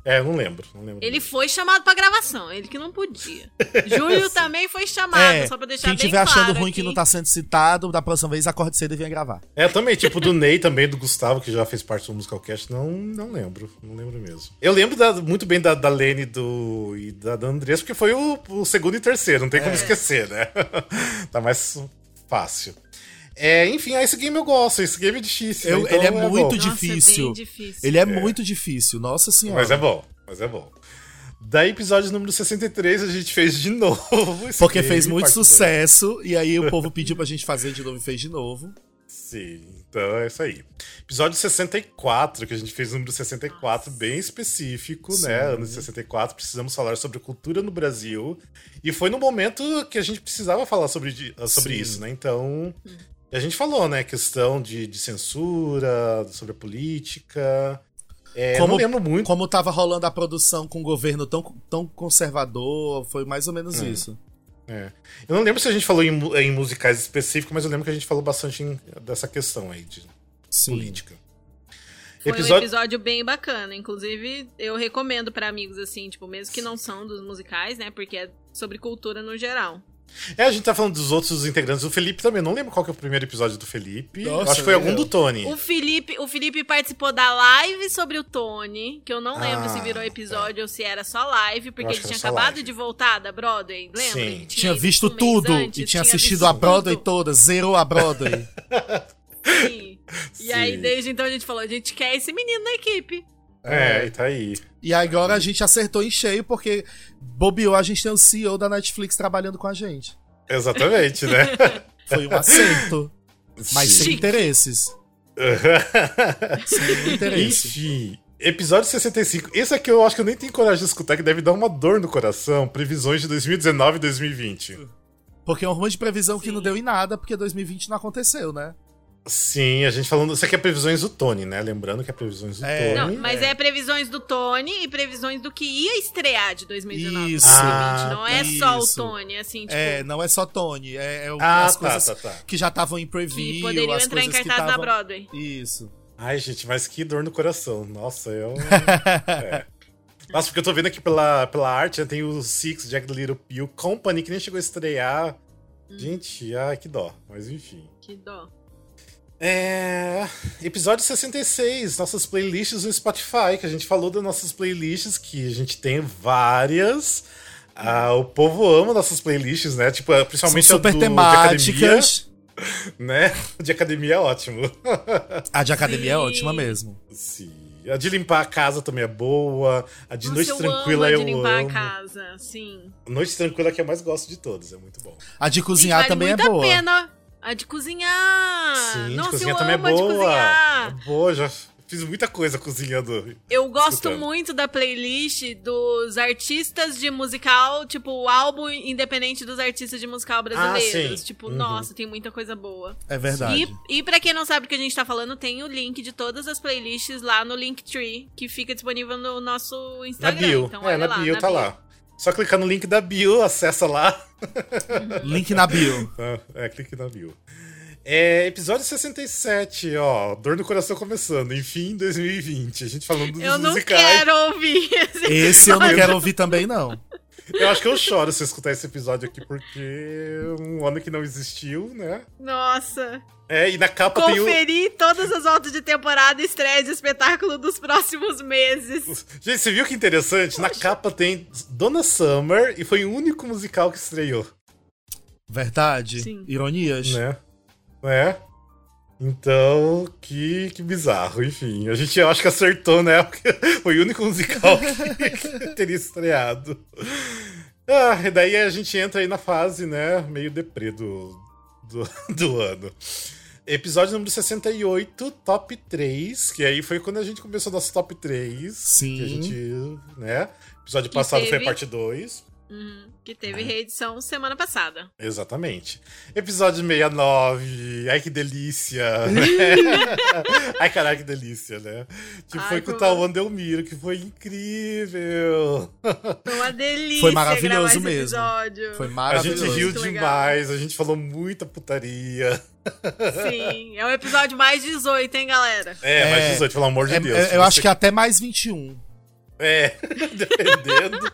Não lembro. Ele foi chamado pra gravação, ele que não podia. Júlio também foi chamado, só pra deixar bem claro. Quem estiver achando ruim que não tá sendo citado, da próxima vez acorde cedo e venha gravar. Também, tipo do Ney, também do Gustavo, que já fez parte do Musicalcast, não lembro mesmo. Eu lembro muito bem da Lene e da Andressa, porque foi o segundo e terceiro, não tem como esquecer, né? Tá mais fácil. Enfim, esse game eu gosto, esse game é difícil. Ele é muito difícil. Nossa, é bem difícil. Ele é muito difícil, nossa senhora. Mas é bom. Daí, episódio número 63, a gente fez de novo. Porque fez muito sucesso, e aí o povo pediu pra gente fazer de novo e fez de novo. Sim, então é isso aí. Episódio 64, que a gente fez o número 64, bem específico, né? Ano de 64, precisamos falar sobre cultura no Brasil. E foi no momento que a gente precisava falar sobre isso, né? Então, a gente falou, né? Questão de censura, sobre a política. Não lembro muito. Como tava rolando a produção com um governo tão conservador, foi mais ou menos isso. Eu não lembro se a gente falou em musicais específicos, mas eu lembro que a gente falou bastante dessa questão aí de política. Foi um episódio bem bacana, inclusive eu recomendo pra amigos assim, tipo, mesmo que não são dos musicais, né, porque é sobre cultura no geral. A gente tá falando dos outros integrantes. O Felipe também, não lembro qual que é o primeiro episódio do Felipe. Nossa, acho que foi algum do Tony. O Felipe participou da live sobre o Tony, que eu não lembro se virou episódio ou se era só live, porque ele tinha acabado de voltar da Broadway, lembra? Sim. Tinha visto tudo e tinha assistido a Broadway toda, zerou a Broadway. Sim. E aí, desde então, a gente falou, a gente quer esse menino na equipe. E tá aí. E agora a gente acertou em cheio, porque bobeou, a gente tem o CEO da Netflix trabalhando com a gente. Exatamente, né? Foi um acerto. Mas sem interesses. Sem interesses. Enfim, episódio 65. Esse aqui eu acho que eu nem tenho coragem de escutar, que deve dar uma dor no coração. Previsões de 2019 e 2020. Porque é um rumo de previsão que não deu em nada, porque 2020 não aconteceu, né? Sim, a gente falando... Isso aqui é previsões do Tony, né? Lembrando que é previsões do Tony. Não, mas é previsões do Tony e previsões do que ia estrear de 2019 Isso. 2020. Não é só o Tony, assim, tipo... não é só Tony. As coisas que já estavam em preview. Que poderiam entrar em cartaz na Broadway. Isso. Ai, gente, mas que dor no coração. Nossa, Nossa, porque eu tô vendo aqui pela arte, né, tem o Six, Jack the Little Pill, Company, que nem chegou a estrear. Gente, que dó. Mas enfim. Que dó. Episódio 66, nossas playlists no Spotify, que a gente falou das nossas playlists, que a gente tem várias. O povo ama nossas playlists, né? Tipo, principalmente são super temáticas. De academia, né? De academia é ótimo. A de academia é ótima mesmo. Sim. A de limpar a casa também é boa. A de Noite Tranquila eu amo. A de limpar a casa, sim. Noite Tranquila é que eu mais gosto de todos, é muito bom. A de cozinhar também é boa. Pena. A de cozinhar! Sim, nossa, de cozinhar eu também amo é boa. A de cozinhar. É boa, já fiz muita coisa cozinhando. Eu gosto muito da playlist dos artistas de musical, tipo, o álbum independente dos artistas de musical brasileiros. Tipo, nossa, tem muita coisa boa. É verdade. E pra quem não sabe do que a gente tá falando, tem o link de todas as playlists lá no Linktree, que fica disponível no nosso Instagram. Na bio. Então, olha na bio tá lá. Só clicar no link da bio, acessa lá. Link na bio. Clique na bio. Episódio 67, dor no coração começando. Enfim, 2020. A gente falando dos musicais. Eu não quero ouvir esse eu não quero ouvir também, não. Eu acho que eu choro se eu escutar esse episódio aqui, porque é um ano que não existiu, né? Nossa. E na capa Conferir todas as voltas de temporada e estreia de espetáculo dos próximos meses. Gente, você viu que interessante? Poxa. Na capa tem Donna Summer e foi o único musical que estreou. Verdade. Sim. Ironias. Né? Então, que bizarro. Enfim, a gente acho que acertou, né? Porque foi o único musical que teria estreado. E daí a gente entra aí na fase, né? Meio deprê do ano. Episódio número 68, top 3, que aí foi quando a gente começou nosso top 3. Sim. Que a gente, né? Episódio passado foi a parte 2. Que teve reedição semana passada. Exatamente. Episódio 69. Ai, que delícia. Né? Ai, caralho, que delícia, né? Que foi com o Tauan Delmiro, que foi incrível. Foi uma delícia. Foi maravilhoso esse mesmo. Episódio. Foi maravilhoso. A gente riu muito demais, legal. a gente falou muita putaria. Sim, é o episódio mais 18, hein, galera? Mais 18, pelo amor de Deus. Eu acho que até mais 21. Dependendo.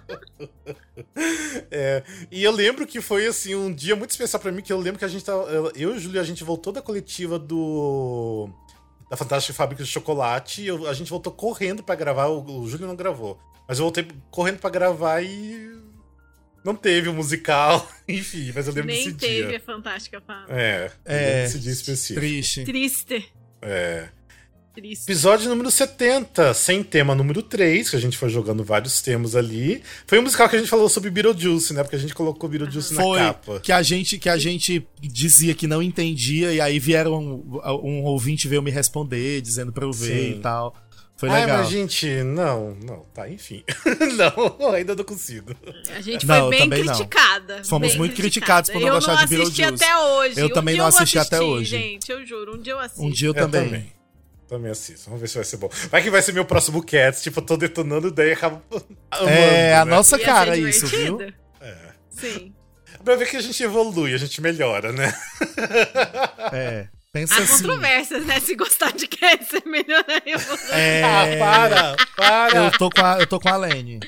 E eu lembro que foi, assim, um dia muito especial pra mim, que eu lembro que a gente tava... Eu e o Júlio, a gente voltou da coletiva da Fantástica Fábrica de Chocolate, e a gente voltou correndo pra gravar, o Júlio não gravou. Mas eu voltei correndo pra gravar e... Não teve o musical, enfim, mas eu lembro desse dia. Nem teve a Fantástica Fábrica. Desse dia específico. Triste. Triste. Episódio número 70, sem tema número 3, que a gente foi jogando vários temas ali. Foi um musical que a gente falou sobre Beetlejuice, né? Porque a gente colocou Beetlejuice na capa. Que a gente dizia que não entendia, e aí vieram um ouvinte veio me responder, dizendo pra eu ver e tal. Foi legal. Mas gente, não, tá, enfim. Não, ainda não consigo. A gente foi bem criticada. Fomos muito criticados por não gostar de Beetlejuice. Eu não assisti até hoje. Eu também não assisti até hoje. Gente, eu juro, um dia eu assisto. Um dia eu também. Também assisto. Vamos ver se vai ser bom. Vai que vai ser meu próximo Cats. Tipo, eu tô detonando ideia e acabo amando, a nossa cara isso, viu? Sim. Pra ver que a gente evolui, a gente melhora, né? Pensa há assim. controvérsias, né? Se gostar de Cats, é melhor eu. Para! Eu tô com a Lene.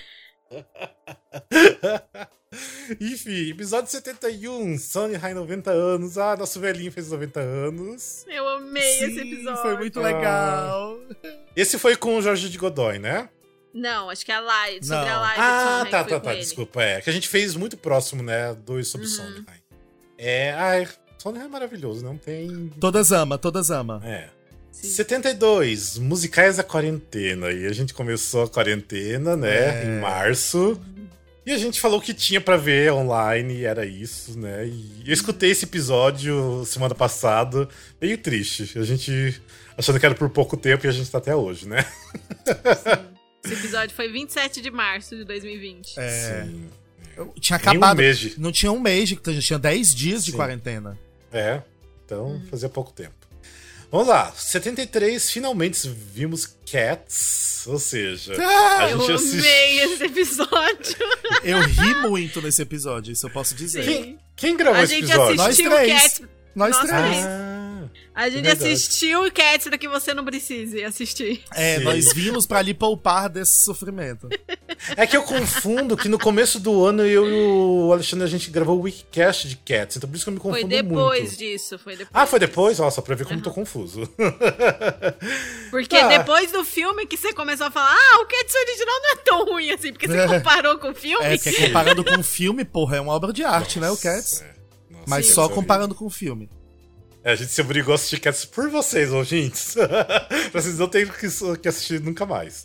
Enfim, episódio 71, Sondheim 90 anos. Nosso velhinho fez 90 anos. Eu amei esse episódio. Foi muito legal. Esse foi com o Jorge de Godoy, né? Não, acho que é a live, sobre a live. Tá, desculpa. Que a gente fez muito próximo, né? Dois sobre Sondheim. Sondheim é maravilhoso, não tem... Todas ama. Sim. 72, musicais da quarentena. E a gente começou a quarentena, né? Em março. E a gente falou que tinha pra ver online, e era isso, né? E eu escutei esse episódio semana passada, meio triste. A gente achando que era por pouco tempo e a gente tá até hoje, né? Sim. Esse episódio foi 27 de março de 2020. Sim. Tinha acabado. Não tinha um mês, tinha 10 dias de quarentena. Então fazia pouco tempo. Vamos lá, 73, finalmente vimos Cats, ou seja... eu amei esse episódio. Eu ri muito nesse episódio, isso eu posso dizer. Quem gravou esse episódio? Nós três. Nós três. A gente assistiu o Cats pra que você não precise assistir. Sim. Nós vimos pra lhe poupar desse sofrimento. É que eu confundo que no começo do ano eu e o Alexandre, a gente gravou o Wikicast de Cats, então por isso que eu me confundo muito. Foi depois disso. Foi depois? Nossa, pra ver como tô confuso. Porque depois do filme que você começou a falar, o Cats original não é tão ruim assim, porque você comparou com o filme. Que comparando com o filme, porra, é uma obra de arte, né, o Cats? Nossa, mas só comparando com o filme. A gente se obrigou a assistir Cats por vocês, ouvintes. Pra vocês não terem que assistir nunca mais.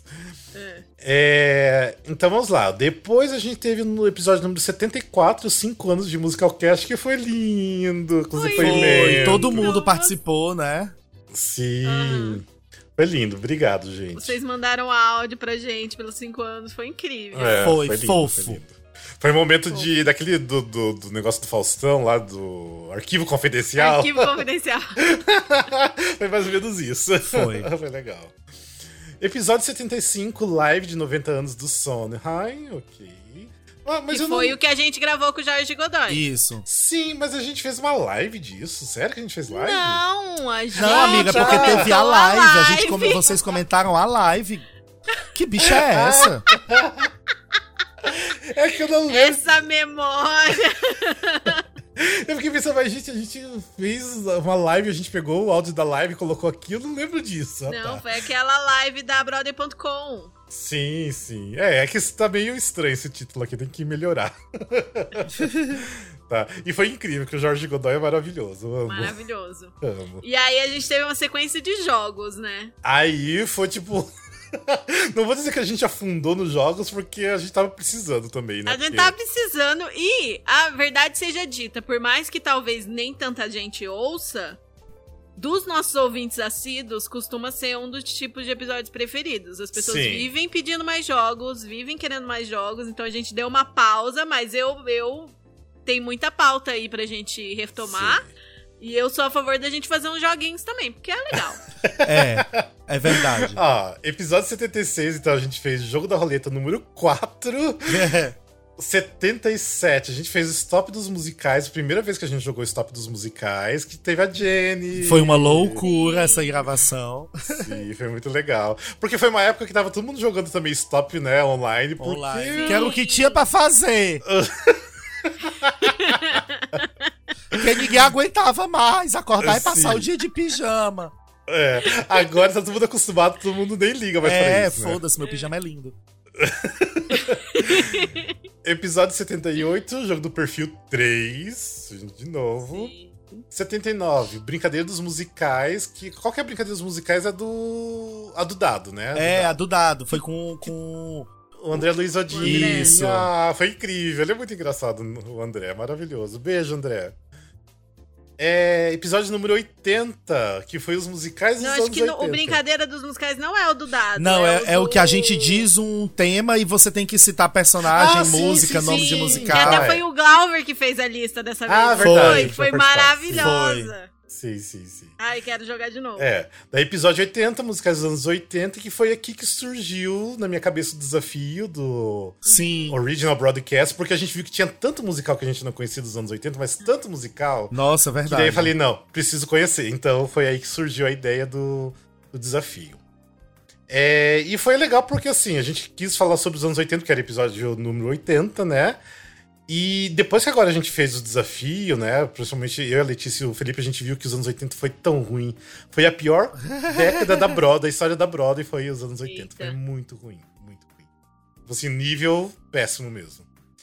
Então vamos lá. Depois a gente teve no episódio número 74, 5 anos de Musicalcast, que foi lindo. Com os depoimentos. Todo mundo participou, né? Sim. Foi lindo. Obrigado, gente. Vocês mandaram áudio pra gente pelos 5 anos. Foi incrível. Foi lindo, fofo. Foi lindo. Foi um momento daquele do negócio do Faustão lá, do Arquivo Confidencial. Arquivo Confidencial. Foi mais ou menos isso. Foi legal. Episódio 75, live de 90 anos do Sondheim, ok. Mas foi o que a gente gravou com o Jorge Godoy. Isso. Sim, mas a gente fez uma live disso. Sério que a gente fez live? Não, Não, amiga, porque teve a live. Vocês comentaram a live. Que bicha é essa? É que eu não lembro. Essa memória. Eu fiquei pensando, mas gente, a gente fez uma live, a gente pegou o áudio da live e colocou aqui, eu não lembro disso. Não, foi aquela live da Brother.com. Sim. É que tá meio estranho esse título aqui, tem que melhorar. Tá. E foi incrível, que o Jorge Godoy é maravilhoso. Amo. Maravilhoso. Amo. E aí a gente teve uma sequência de jogos, né? Aí foi tipo... Não vou dizer que a gente afundou nos jogos, porque a gente tava precisando também, né? A gente tava precisando, e a verdade seja dita, por mais que talvez nem tanta gente ouça, dos nossos ouvintes assíduos, costuma ser um dos tipos de episódios preferidos. As pessoas vivem pedindo mais jogos, vivem querendo mais jogos, então a gente deu uma pausa, mas eu tenho muita pauta aí pra gente retomar. Sim. E eu sou a favor da gente fazer uns joguinhos também, porque é legal. É verdade. Episódio 76, então a gente fez Jogo da Roleta número 4. 77, a gente fez o Stop dos Musicais, primeira vez que a gente jogou o Stop dos Musicais, que teve a Jenny. Foi uma loucura essa gravação. Sim, foi muito legal. Porque foi uma época que tava todo mundo jogando também Stop, né, online. Online. Que era o que tinha pra fazer. Porque ninguém aguentava mais acordar e passar o dia de pijama. Agora tá todo mundo acostumado, todo mundo nem liga mais pra isso. Foda-se, meu pijama é lindo. Episódio 78, jogo do perfil 3, de novo. Sim. 79, brincadeira dos musicais. Qual que é a brincadeira dos musicais? A do dado, né? A do dado. Foi com o André Luiz Odin. Isso. Foi incrível. Ele é muito engraçado, o André. Maravilhoso. Beijo, André. Episódio número 80, que foi os musicais dos anos 80. Eu acho que o Brincadeira dos Musicais não é o do dado. Não, é o que a gente diz um tema e você tem que citar personagem, música, nome de musical. E até foi o Glauber que fez a lista dessa vez. Verdade. Foi maravilhosa. Sim. Ai, quero jogar de novo. Da episódio 80, musicais dos anos 80, que foi aqui que surgiu na minha cabeça o desafio do Original Broadcast, porque a gente viu que tinha tanto musical que a gente não conhecia dos anos 80, mas tanto musical. Nossa, verdade. Que daí eu falei, não, preciso conhecer. Então foi aí que surgiu a ideia do desafio. E foi legal porque, assim, a gente quis falar sobre os anos 80, que era o episódio número 80, né? E depois que agora a gente fez o desafio, né? Principalmente eu, a Letícia e o Felipe, a gente viu que os anos 80 foi tão ruim. Foi a pior década da Broadway, a história da Broadway foi os anos 80. Eita. Foi muito ruim, muito ruim. Assim, nível péssimo mesmo.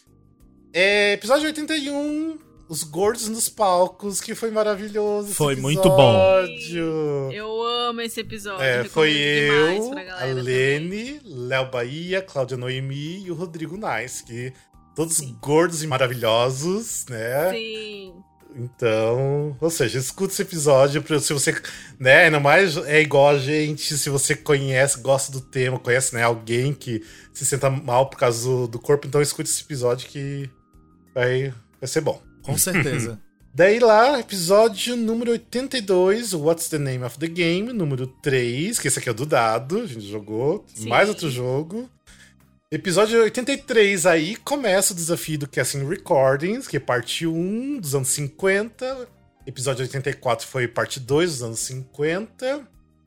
Episódio 81, os gordos nos palcos, que foi maravilhoso. Foi muito bom. Eu amo esse episódio. Foi eu, a Lene, Léo Bahia, Cláudia Noemi e o Rodrigo Nice, que... Todos gordos e maravilhosos, né? Sim. Então, ou seja, escuta esse episódio, se você, né, ainda mais é igual a gente, se você conhece, gosta do tema, conhece, né, alguém que se senta mal por causa do corpo, então escute esse episódio que vai ser bom. Com certeza. Daí lá, episódio número 82, What's the Name of the Game, número 3, que esse aqui é o do dado, a gente jogou, mais outro jogo. Episódio 83, aí começa o desafio do Casting Recordings, que é parte 1 dos anos 50. Episódio 84 foi parte 2 dos anos 50.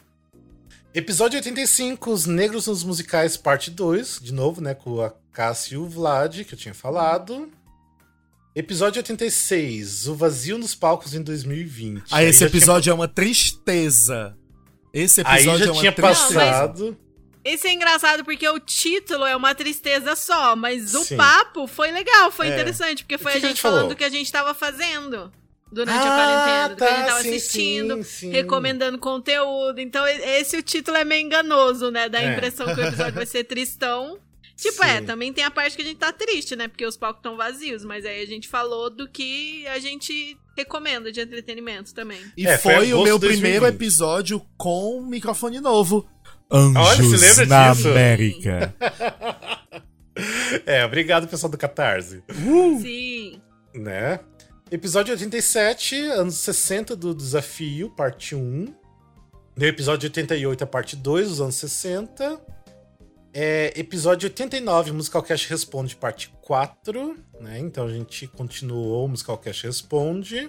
Episódio 85, Os Negros nos Musicais, parte 2, de novo, né, com a Cássia e o Vlad, que eu tinha falado. Episódio 86, O Vazio nos Palcos em 2020. Esse episódio é uma tristeza. Esse episódio aí já tinha passado... Esse é engraçado porque o título é uma tristeza só, mas o papo foi legal, foi interessante, porque foi a gente falando do que a gente tava fazendo durante a quarentena, do que a gente tava assistindo, recomendando conteúdo. Então esse o título é meio enganoso, né? Dá a impressão que o episódio vai ser tristão. Tipo, também tem a parte que a gente tá triste, né? Porque os palcos estão vazios, mas aí a gente falou do que a gente recomenda de entretenimento também. E foi o meu primeiro episódio com microfone novo. Anjos. Olha, se lembra na disso? América. Obrigado, pessoal do Catarse. Sim. Né? Episódio 87, anos 60 do desafio, parte 1. Episódio 88, a parte 2 dos anos 60. Episódio 89, Musicalcast Responde, parte 4. Né? Então a gente continuou o Musicalcast Responde.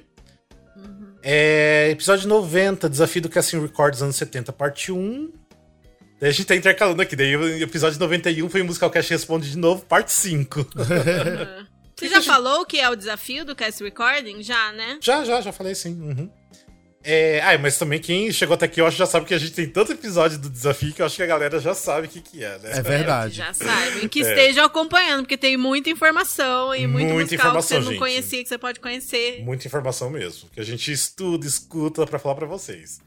Episódio 90, Desafio do Casting Records, anos 70, parte 1. Daí a gente tá intercalando aqui. Daí o episódio 91 foi o Musicalcast Responde de novo, parte 5. Você já falou o que é o desafio do Cast Recording? Já, né? Já falei sim. Mas também quem chegou até aqui, eu acho que já sabe que a gente tem tanto episódio do desafio que eu acho que a galera já sabe o que é, né? É verdade. Já sabe. E que estejam acompanhando, porque tem muita informação e muito musical que você não conhecia, que você pode conhecer. Muita informação mesmo. Que a gente escuta pra falar pra vocês.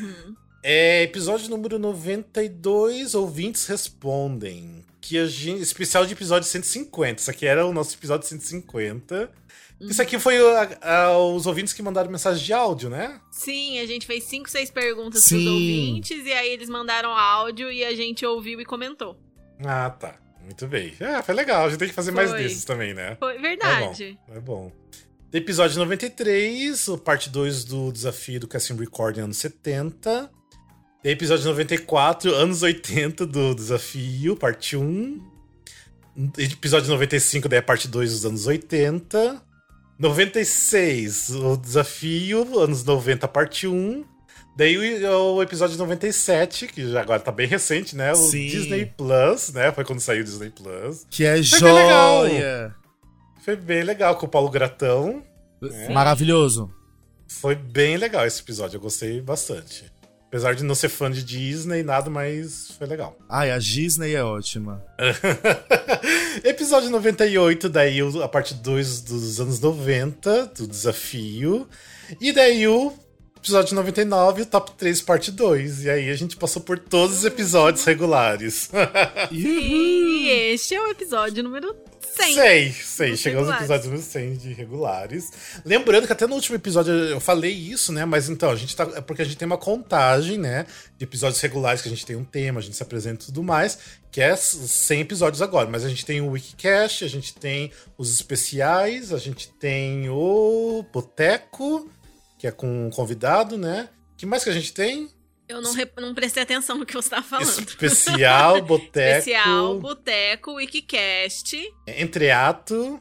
Episódio número 92, Ouvintes Respondem. Especial de episódio 150. Isso aqui era o nosso episódio 150. Isso aqui foi os ouvintes que mandaram mensagem de áudio, né? Sim, a gente fez 5, 6 perguntas pros ouvintes e aí eles mandaram áudio e a gente ouviu e comentou. Ah, tá. Muito bem. Foi legal. A gente tem que fazer mais desses também, né? Foi verdade. É bom. Episódio 93, parte 2 do desafio do Casting Recording anos 70. Episódio 94, anos 80 do desafio, parte 1. Episódio 95, daí a parte 2 dos anos 80. 96, o desafio, anos 90, parte 1. Daí o episódio 97, que já agora tá bem recente, né? O Sim. Disney Plus, né? Foi quando saiu o Disney Plus. Que é Foi bem legal. joia! Foi bem legal, com o Paulo Gratão. Maravilhoso. Foi bem legal esse episódio, eu gostei bastante. Apesar de não ser fã de Disney, nada, mas foi legal. Ai, a Disney é ótima. Episódio 98, daí a parte 2 dos anos 90, do desafio. E daí o episódio 99, o top 3, parte 2. E aí a gente passou por todos os episódios regulares. E este é o episódio número 100. 100. Chegamos no episódio número 100 de regulares. Lembrando que até no último episódio eu falei isso, né? Mas então, é porque a gente tem uma contagem, né? De episódios regulares, que a gente tem um tema, a gente se apresenta e tudo mais, que é 100 episódios agora. Mas a gente tem o Wikicast, a gente tem os especiais, a gente tem o Boteco, que é com um convidado, né? O que mais que a gente tem? Eu não prestei atenção no que você tava falando. Especial, Boteco. Especial, Boteco, Wikicast. Entreato.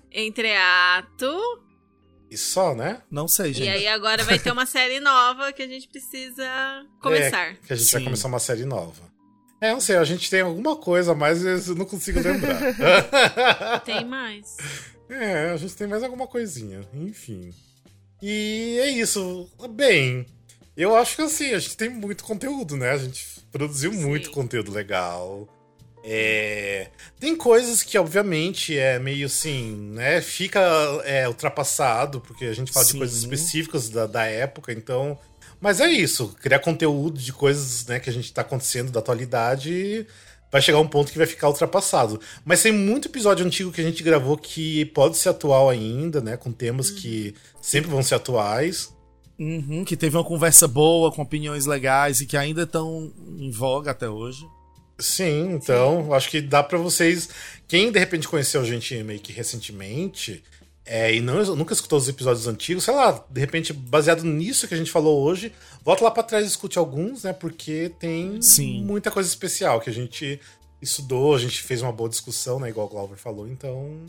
E só, né? Não sei, gente. E aí agora vai ter uma série nova que a gente precisa começar. Que a gente vai começar uma série nova. Não sei, a gente tem alguma coisa a mais, eu não consigo lembrar. Tem mais. A gente tem mais alguma coisinha, enfim. E é isso. Bem, eu acho que assim, a gente tem muito conteúdo, né? A gente produziu muito conteúdo legal. Tem coisas que, obviamente, é meio assim, né? Fica ultrapassado, porque a gente fala de coisas específicas da época, então. Mas é isso, criar conteúdo de coisas, né, que a gente tá acontecendo da atualidade, vai chegar um ponto que vai ficar ultrapassado. Mas tem muito episódio antigo que a gente gravou que pode ser atual ainda, né? Com temas que sempre vão ser atuais. Que teve uma conversa boa, com opiniões legais e que ainda estão em voga até hoje. Sim, então, acho que dá pra vocês... Quem, de repente, conheceu a gente meio que recentemente e nunca escutou os episódios antigos, sei lá, de repente, baseado nisso que a gente falou hoje, volta lá pra trás e escute alguns, né? Porque tem muita coisa especial que a gente estudou, a gente fez uma boa discussão, né? Igual o Glauber falou, então...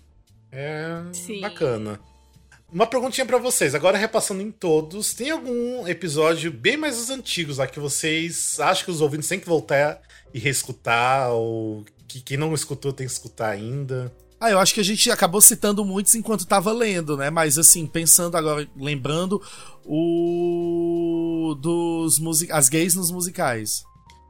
bacana. Uma perguntinha pra vocês, agora repassando em todos, tem algum episódio bem mais os antigos lá que vocês acham que os ouvintes têm que voltar e reescutar, ou que quem não escutou tem que escutar ainda? Eu acho que a gente acabou citando muitos enquanto tava lendo, né? Mas assim, pensando agora, lembrando as gays nos musicais.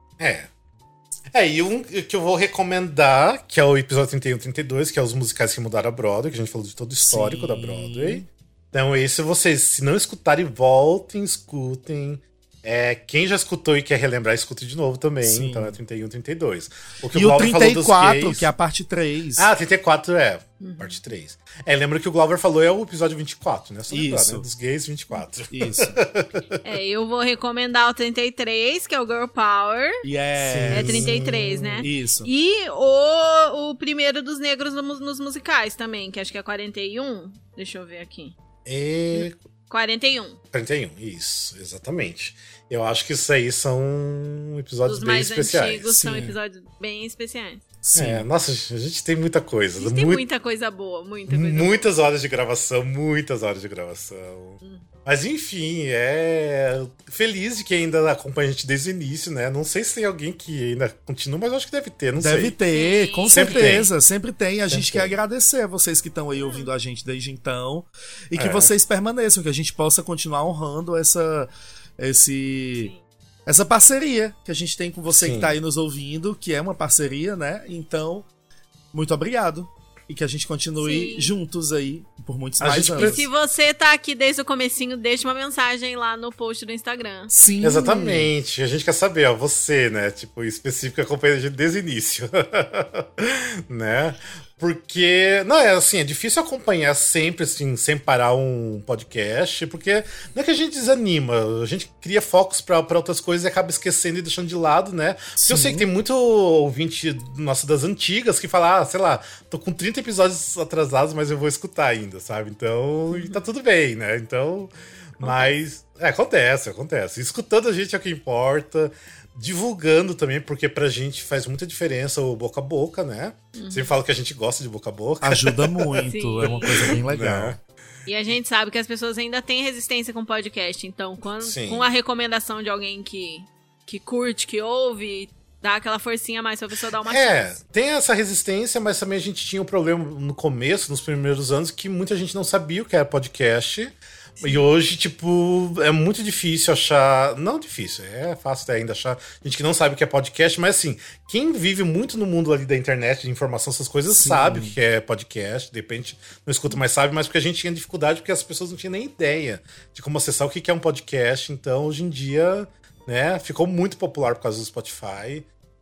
E um que eu vou recomendar, que é o episódio 31 e 32, que é os musicais que mudaram a Broadway, que a gente falou de todo o histórico da Broadway. Então esse vocês, se não escutarem, voltem, escutem. Quem já escutou e quer relembrar, escute de novo também. Então é 31 e 32. O que e o 34, falou dos gays, que é a parte 3. 34 parte 3. Lembra que o Glauber falou é o episódio 24, né? Só lembrar, né? Dos gays, 24. Isso. Eu vou recomendar o 33, que é o Girl Power. É 33, né? Isso. E o primeiro dos negros nos musicais também, que acho que é 41. Deixa eu ver aqui. 41. 41, isso, exatamente. Eu acho que isso aí são episódios bem especiais. Os mais antigos são episódios bem especiais. Nossa, a gente tem muita coisa. A gente tem muita coisa boa, muitas horas de gravação, Mas enfim, feliz de que ainda acompanha a gente desde o início, né? Não sei se tem alguém que ainda continua, mas eu acho que deve ter, não sei. Deve ter, com certeza, sempre tem. A gente quer tem. agradecer a vocês que estão aí ouvindo a gente desde então e que vocês permaneçam, que a gente possa continuar honrando essa parceria que a gente tem com você que tá aí nos ouvindo, que é uma parceria, né? Então, muito obrigado. E que a gente continue juntos aí por muitos mais anos. Se você tá aqui desde o comecinho, deixa uma mensagem lá no post do Instagram. Sim. Exatamente. A gente quer saber, você, né? Tipo, específico que acompanha a gente desde o início. Né? Porque, não, é difícil acompanhar sempre, assim, sem parar um podcast, porque não é que a gente desanima, a gente cria focos pra outras coisas e acaba esquecendo e deixando de lado, né? Porque eu sei que tem muito ouvinte nosso das antigas que fala, sei lá, tô com 30 episódios atrasados, mas eu vou escutar ainda, sabe? Então, e tá tudo bem, né? Então, mas, acontece. Escutando a gente é o que importa. divulgando também, porque pra gente faz muita diferença o boca a boca, né? Sempre falo que a gente gosta de boca a boca. Ajuda muito, Sim. é uma coisa bem legal. Né? E a gente sabe que as pessoas ainda têm resistência com podcast, então com a recomendação de alguém que curte, que ouve, dá aquela forcinha a mais pra pessoa dar uma chance. Tem essa resistência, mas também a gente tinha um problema no começo, nos primeiros anos, que muita gente não sabia o que era podcast. E hoje, tipo, é muito difícil achar... Não difícil, é fácil até ainda achar gente que não sabe o que é podcast, mas assim, quem vive muito no mundo ali da internet, de informação, essas coisas, sabe o que é podcast. De repente não escuta, mas sabe, mas porque a gente tinha dificuldade, porque as pessoas não tinham nem ideia de como acessar o que é um podcast. Então, hoje em dia, né, ficou muito popular por causa do Spotify.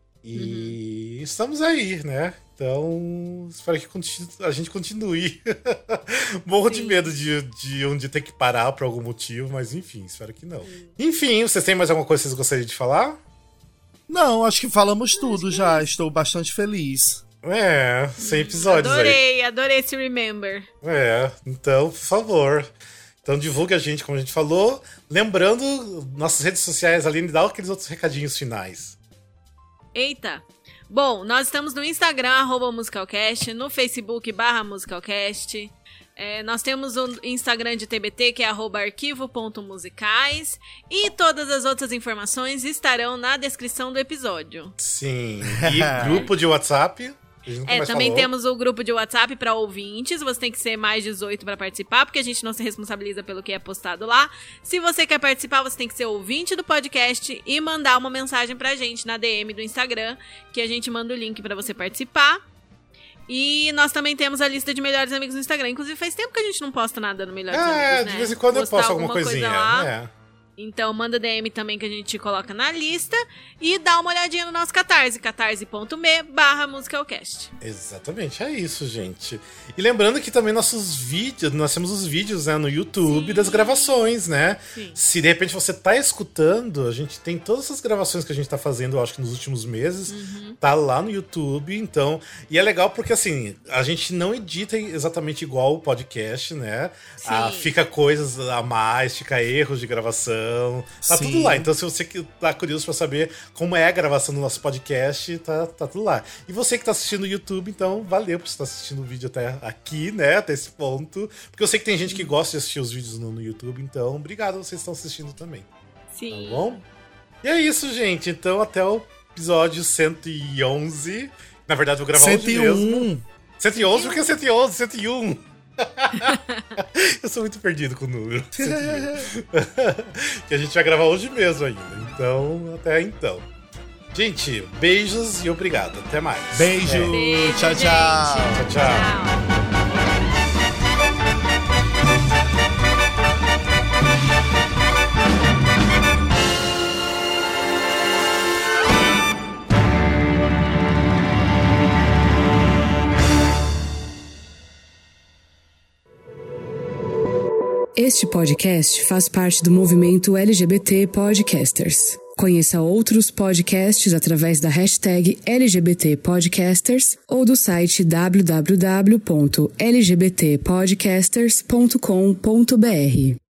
E estamos aí, né? Então, espero que a gente continue. Morro de medo de um dia ter que parar por algum motivo, mas enfim, espero que não. Enfim, vocês têm mais alguma coisa que vocês gostariam de falar? Não, acho que falamos tudo já. Estou bastante feliz. 100 episódios aí. Adorei esse Remember. Então, por favor. Então divulgue a gente, como a gente falou. Lembrando, nossas redes sociais, Aline, dá aqueles outros recadinhos finais. Eita! Bom, nós estamos no Instagram, @musicalcast, no Facebook, /musicalcast. Nós temos o Instagram de TBT, que é @arquivo.musicais. E todas as outras informações estarão na descrição do episódio. Sim. E grupo de WhatsApp. Também temos o grupo de WhatsApp para ouvintes. Você tem que ser mais 18 para participar, porque a gente não se responsabiliza pelo que é postado lá. Se você quer participar, você tem que ser ouvinte do podcast e mandar uma mensagem pra gente na DM do Instagram, que a gente manda o link para você participar. E nós também temos a lista de melhores amigos no Instagram. Inclusive, faz tempo que a gente não posta nada no Melhores Amigos, né? De vez em quando eu posto alguma coisinha. Lá. Então, manda DM também que a gente coloca na lista. E dá uma olhadinha no nosso Catarse, catarse.me/musicalcast. Exatamente, é isso, gente. E lembrando que também nós temos os vídeos, né, no YouTube das gravações, né? Sim. Se de repente você tá escutando, a gente tem todas essas gravações que a gente tá fazendo, eu acho que nos últimos meses, tá lá no YouTube, então... E é legal porque, assim, a gente não edita exatamente igual o podcast, né? Fica coisas a mais, fica erros de gravação. Tá tudo lá. Então, se você tá curioso pra saber como é a gravação do nosso podcast, tá tudo lá. E você que tá assistindo no YouTube, então, valeu por você estar assistindo o vídeo até aqui, né? Até esse ponto. Porque eu sei que tem gente que gosta de assistir os vídeos no YouTube, então, obrigado, vocês estão assistindo também. Sim. Tá bom? E é isso, gente. Então, até o episódio 111. Na verdade, eu vou gravar 101. hoje mesmo. 111? Por que 111? 101? Eu sou muito perdido com o número. Que a gente vai gravar hoje mesmo ainda. Então, até então. Gente, beijos e obrigado. Até mais. Beijo. Tchau, tchau. Tchau, tchau. Este podcast faz parte do movimento LGBT Podcasters. Conheça outros podcasts através da hashtag LGBT Podcasters ou do site www.lgbtpodcasters.com.br.